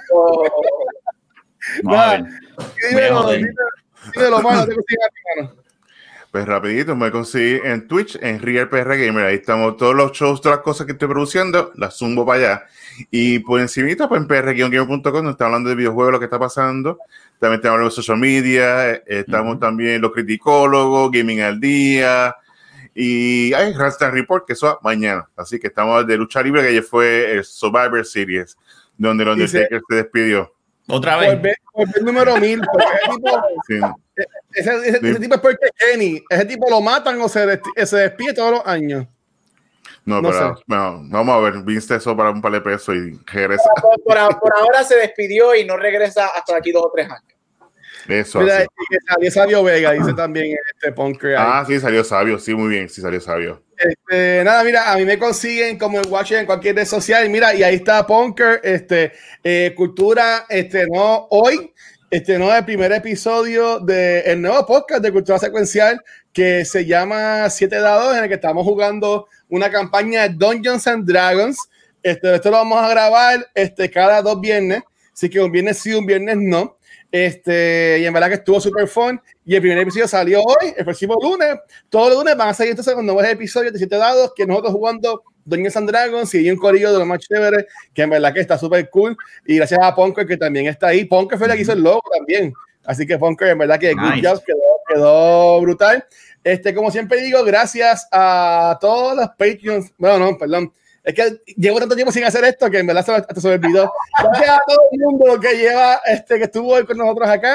Vamos a ver. Dímelo, joder. dímelo, dímelo, mano, te consigo a ti, mano. Pues rapidito, me conseguí en Twitch, en Real P R Gamer. Ahí estamos todos los shows, todas las cosas que estoy produciendo, las zumbo para allá. Y por encimita, pues en p r guion gamer punto com, donde está hablando de videojuegos, lo que está pasando. También estamos hablando de social media, eh, estamos Uh-huh. también los criticólogos, Gaming al Día. Y hay Randstad Report, que eso es mañana. Así que estamos de lucha libre, que ayer fue el Survivor Series, donde el Undertaker se despidió. Otra vez. Volver, volver número mil, porque ese tipo, Sí. ese, ese- ese tipo es porque Kenny, ese tipo lo matan o se, desti- se despide todos los años. No, No pero sé. bueno, vamos a ver, viste eso para un par de pesos y regresa. Por, por- por ahora se despidió y no regresa hasta aquí dos o tres años. Eso Mira, así. y que salió Sabio Vega, dice también este Punker. ahí. Ah, sí, salió sabio, sí, muy bien, sí, salió sabio. Este, nada, mira, a mí me consiguen como el Watcher en cualquier red social. Y mira, y ahí está Punker, este, eh, Cultura, este, no, hoy, este, no, el primer episodio del nuevo podcast de Cultura Secuencial que se llama Siete Dados, en el que estamos jugando una campaña de Dungeons and Dragons. Este, esto lo vamos a grabar este, cada dos viernes, así que un viernes sí, un viernes no. Este, y en verdad que estuvo súper fun. Y el primer episodio salió hoy, el próximo lunes. Todos los lunes van a salir entonces con nuevos episodios de Siete Dados, que nosotros jugando Dungeons and Dragons y hay un corillo de los más chéveres, que en verdad que está súper cool. Y gracias a Punker, que también está ahí. Punker fue el que hizo el logo también. Así que Punker, en verdad que good Nice. job, quedó, quedó brutal. Este, como siempre digo, gracias a todos los Patreons. Bueno, no, perdón. Es que llevo tanto tiempo sin hacer esto que en verdad se, hasta se me olvidó. Gracias a todo el mundo que lleva, este, que estuvo hoy con nosotros acá.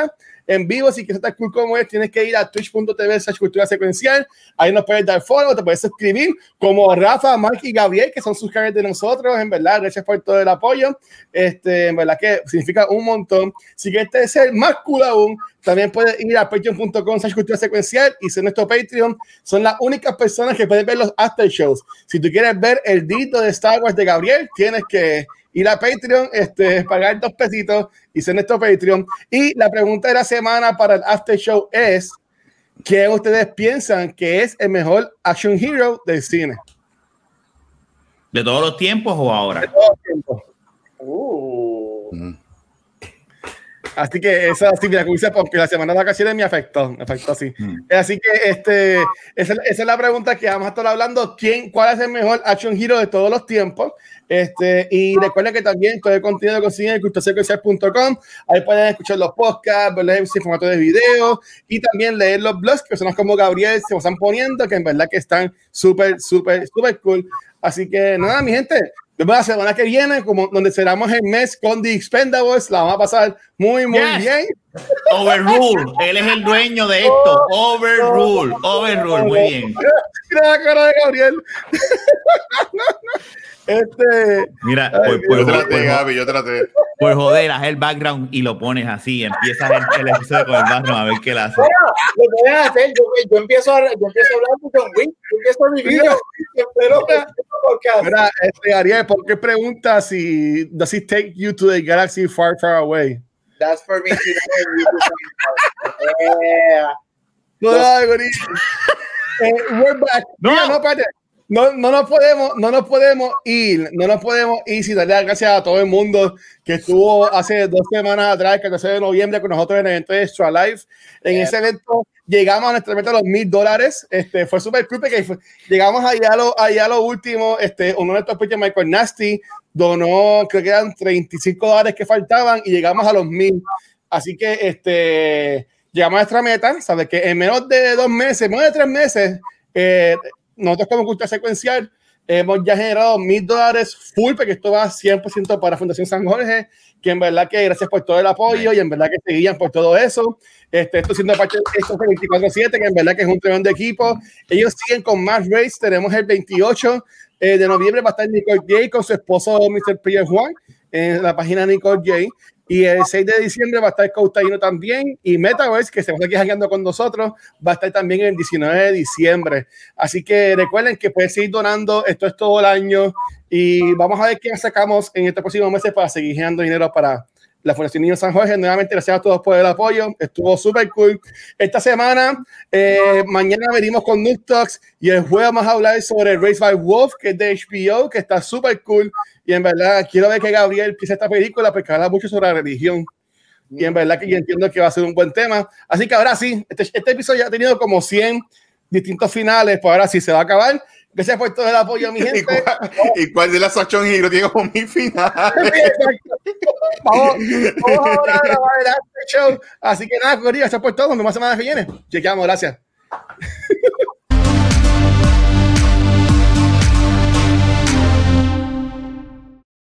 en vivo. Si quieres estar cool como es, tienes que ir a twitch punto tv slash cultura secuencial. Ahí nos puedes dar follow, te puedes suscribir como Rafa, Mark y Gabriel, que son suscriptores de nosotros. En verdad, gracias por todo el apoyo. Este, en verdad que significa un montón. Si quieres ser más cool aún, también puedes ir a patreon punto com slash cultura secuencial y ser nuestro Patreon. Son las únicas personas que pueden ver los after shows. Si tú quieres ver el dito de Star Wars de Gabriel, tienes que ir a Patreon, este, pagar dos pesitos y ser nuestro Patreon. Y la pregunta de la semana para el after show es: ¿quién ustedes piensan que es el mejor action hero del cine? ¿De todos los tiempos o ahora? De todos los tiempos. Uh. Mm. Así que eso sí, mira, como dice, porque la semana de vacaciones me afectó, me afectó así. Mm. Así que este, esa, esa es la pregunta que vamos a estar hablando. ¿Quién, cuál es el mejor action hero de todos los tiempos? Este, y recuerden que también todo el contenido lo consiguen en cultura secuencial punto com. Ahí pueden escuchar los podcasts, ver en formato de video y también leer los blogs que personas como Gabriel se están poniendo, que en verdad que están súper, súper, súper cool. Así que nada, mi gente, la semana que viene, como donde cerramos el mes con The Expendables, la vamos a pasar muy, muy yes. bien. Overrule, él es el dueño de esto. Overrule, overrule, muy bien. Mira la cara de Gabriel. Este, mira, ay, pues, yo pues, traté, pues, Gaby, yo traté. Por joder, haz el background y lo pones así, empiezas el, el episodio con el background a ver qué le hace. Bueno, lo pueden hacer, yo, yo, empiezo a, yo empiezo a hablar con John Wick, yo empiezo a vivir, pero mira, este, Ariel, ¿por qué pregunta si does it take you to the galaxy far, far away? That's for me to know. Yeah. No, no, eh, we're back. No, mira, no, espérate. No, no nos podemos, no nos podemos ir, no nos podemos ir sin darle las gracias a todo el mundo que estuvo hace dos semanas atrás, el catorce de noviembre, con nosotros en el evento de Extra Life. En yeah. ese evento llegamos a nuestra meta de los mil dólares. Este, fue súper cool que fue, llegamos allá a lo, allá a lo último. Este, uno de nuestros peches, Michael Nasty, donó, creo que eran treinta y cinco dólares que faltaban y llegamos a los mil. Así que este, llegamos a nuestra meta. Sabes que en menos de dos meses, menos de tres meses, eh, nosotros como Cultura Secuencial hemos ya generado mil dólares full, porque esto va cien por ciento para Fundación San Jorge, que en verdad que gracias por todo el apoyo y en verdad que te guían por todo eso. Este, esto siendo parte de esto veinticuatro siete, que en verdad que es un tremendo equipo. Ellos siguen con más race. Tenemos el veintiocho eh, de noviembre va a estar Nicole J con su esposo mister Pierre Juan en la página Nicole J. Y el seis de diciembre va a estar Coutaino también. Y Metaverse, que se va aquí hackeando con nosotros, va a estar también el diecinueve de diciembre. Así que recuerden que pueden seguir donando. Esto es todo el año. Y vamos a ver qué sacamos en estos próximos meses para seguir generando dinero para la Fundación Niño San Jorge. Nuevamente, gracias a todos por el apoyo. Estuvo súper cool. Esta semana, eh, mañana venimos con Noob Talks y el jueves vamos a hablar sobre Raised by Wolf, que es de H B O, que está súper cool. Y en verdad, quiero ver que Gabriel empiece esta película porque habla mucho sobre la religión. Y en verdad que yo entiendo que va a ser un buen tema. Así que ahora sí, este, este episodio ya ha tenido como cien distintos finales, pues ahora sí se va a acabar. Gracias por todo el apoyo, mi gente. ¿Y cuál, ¿y cuál de las Action Hero tiene como mil finales? vamos, vamos ahora a grabar el after show. Así que nada, gracias por todo. Nos vemos la semana que viene. Chequeamos, gracias.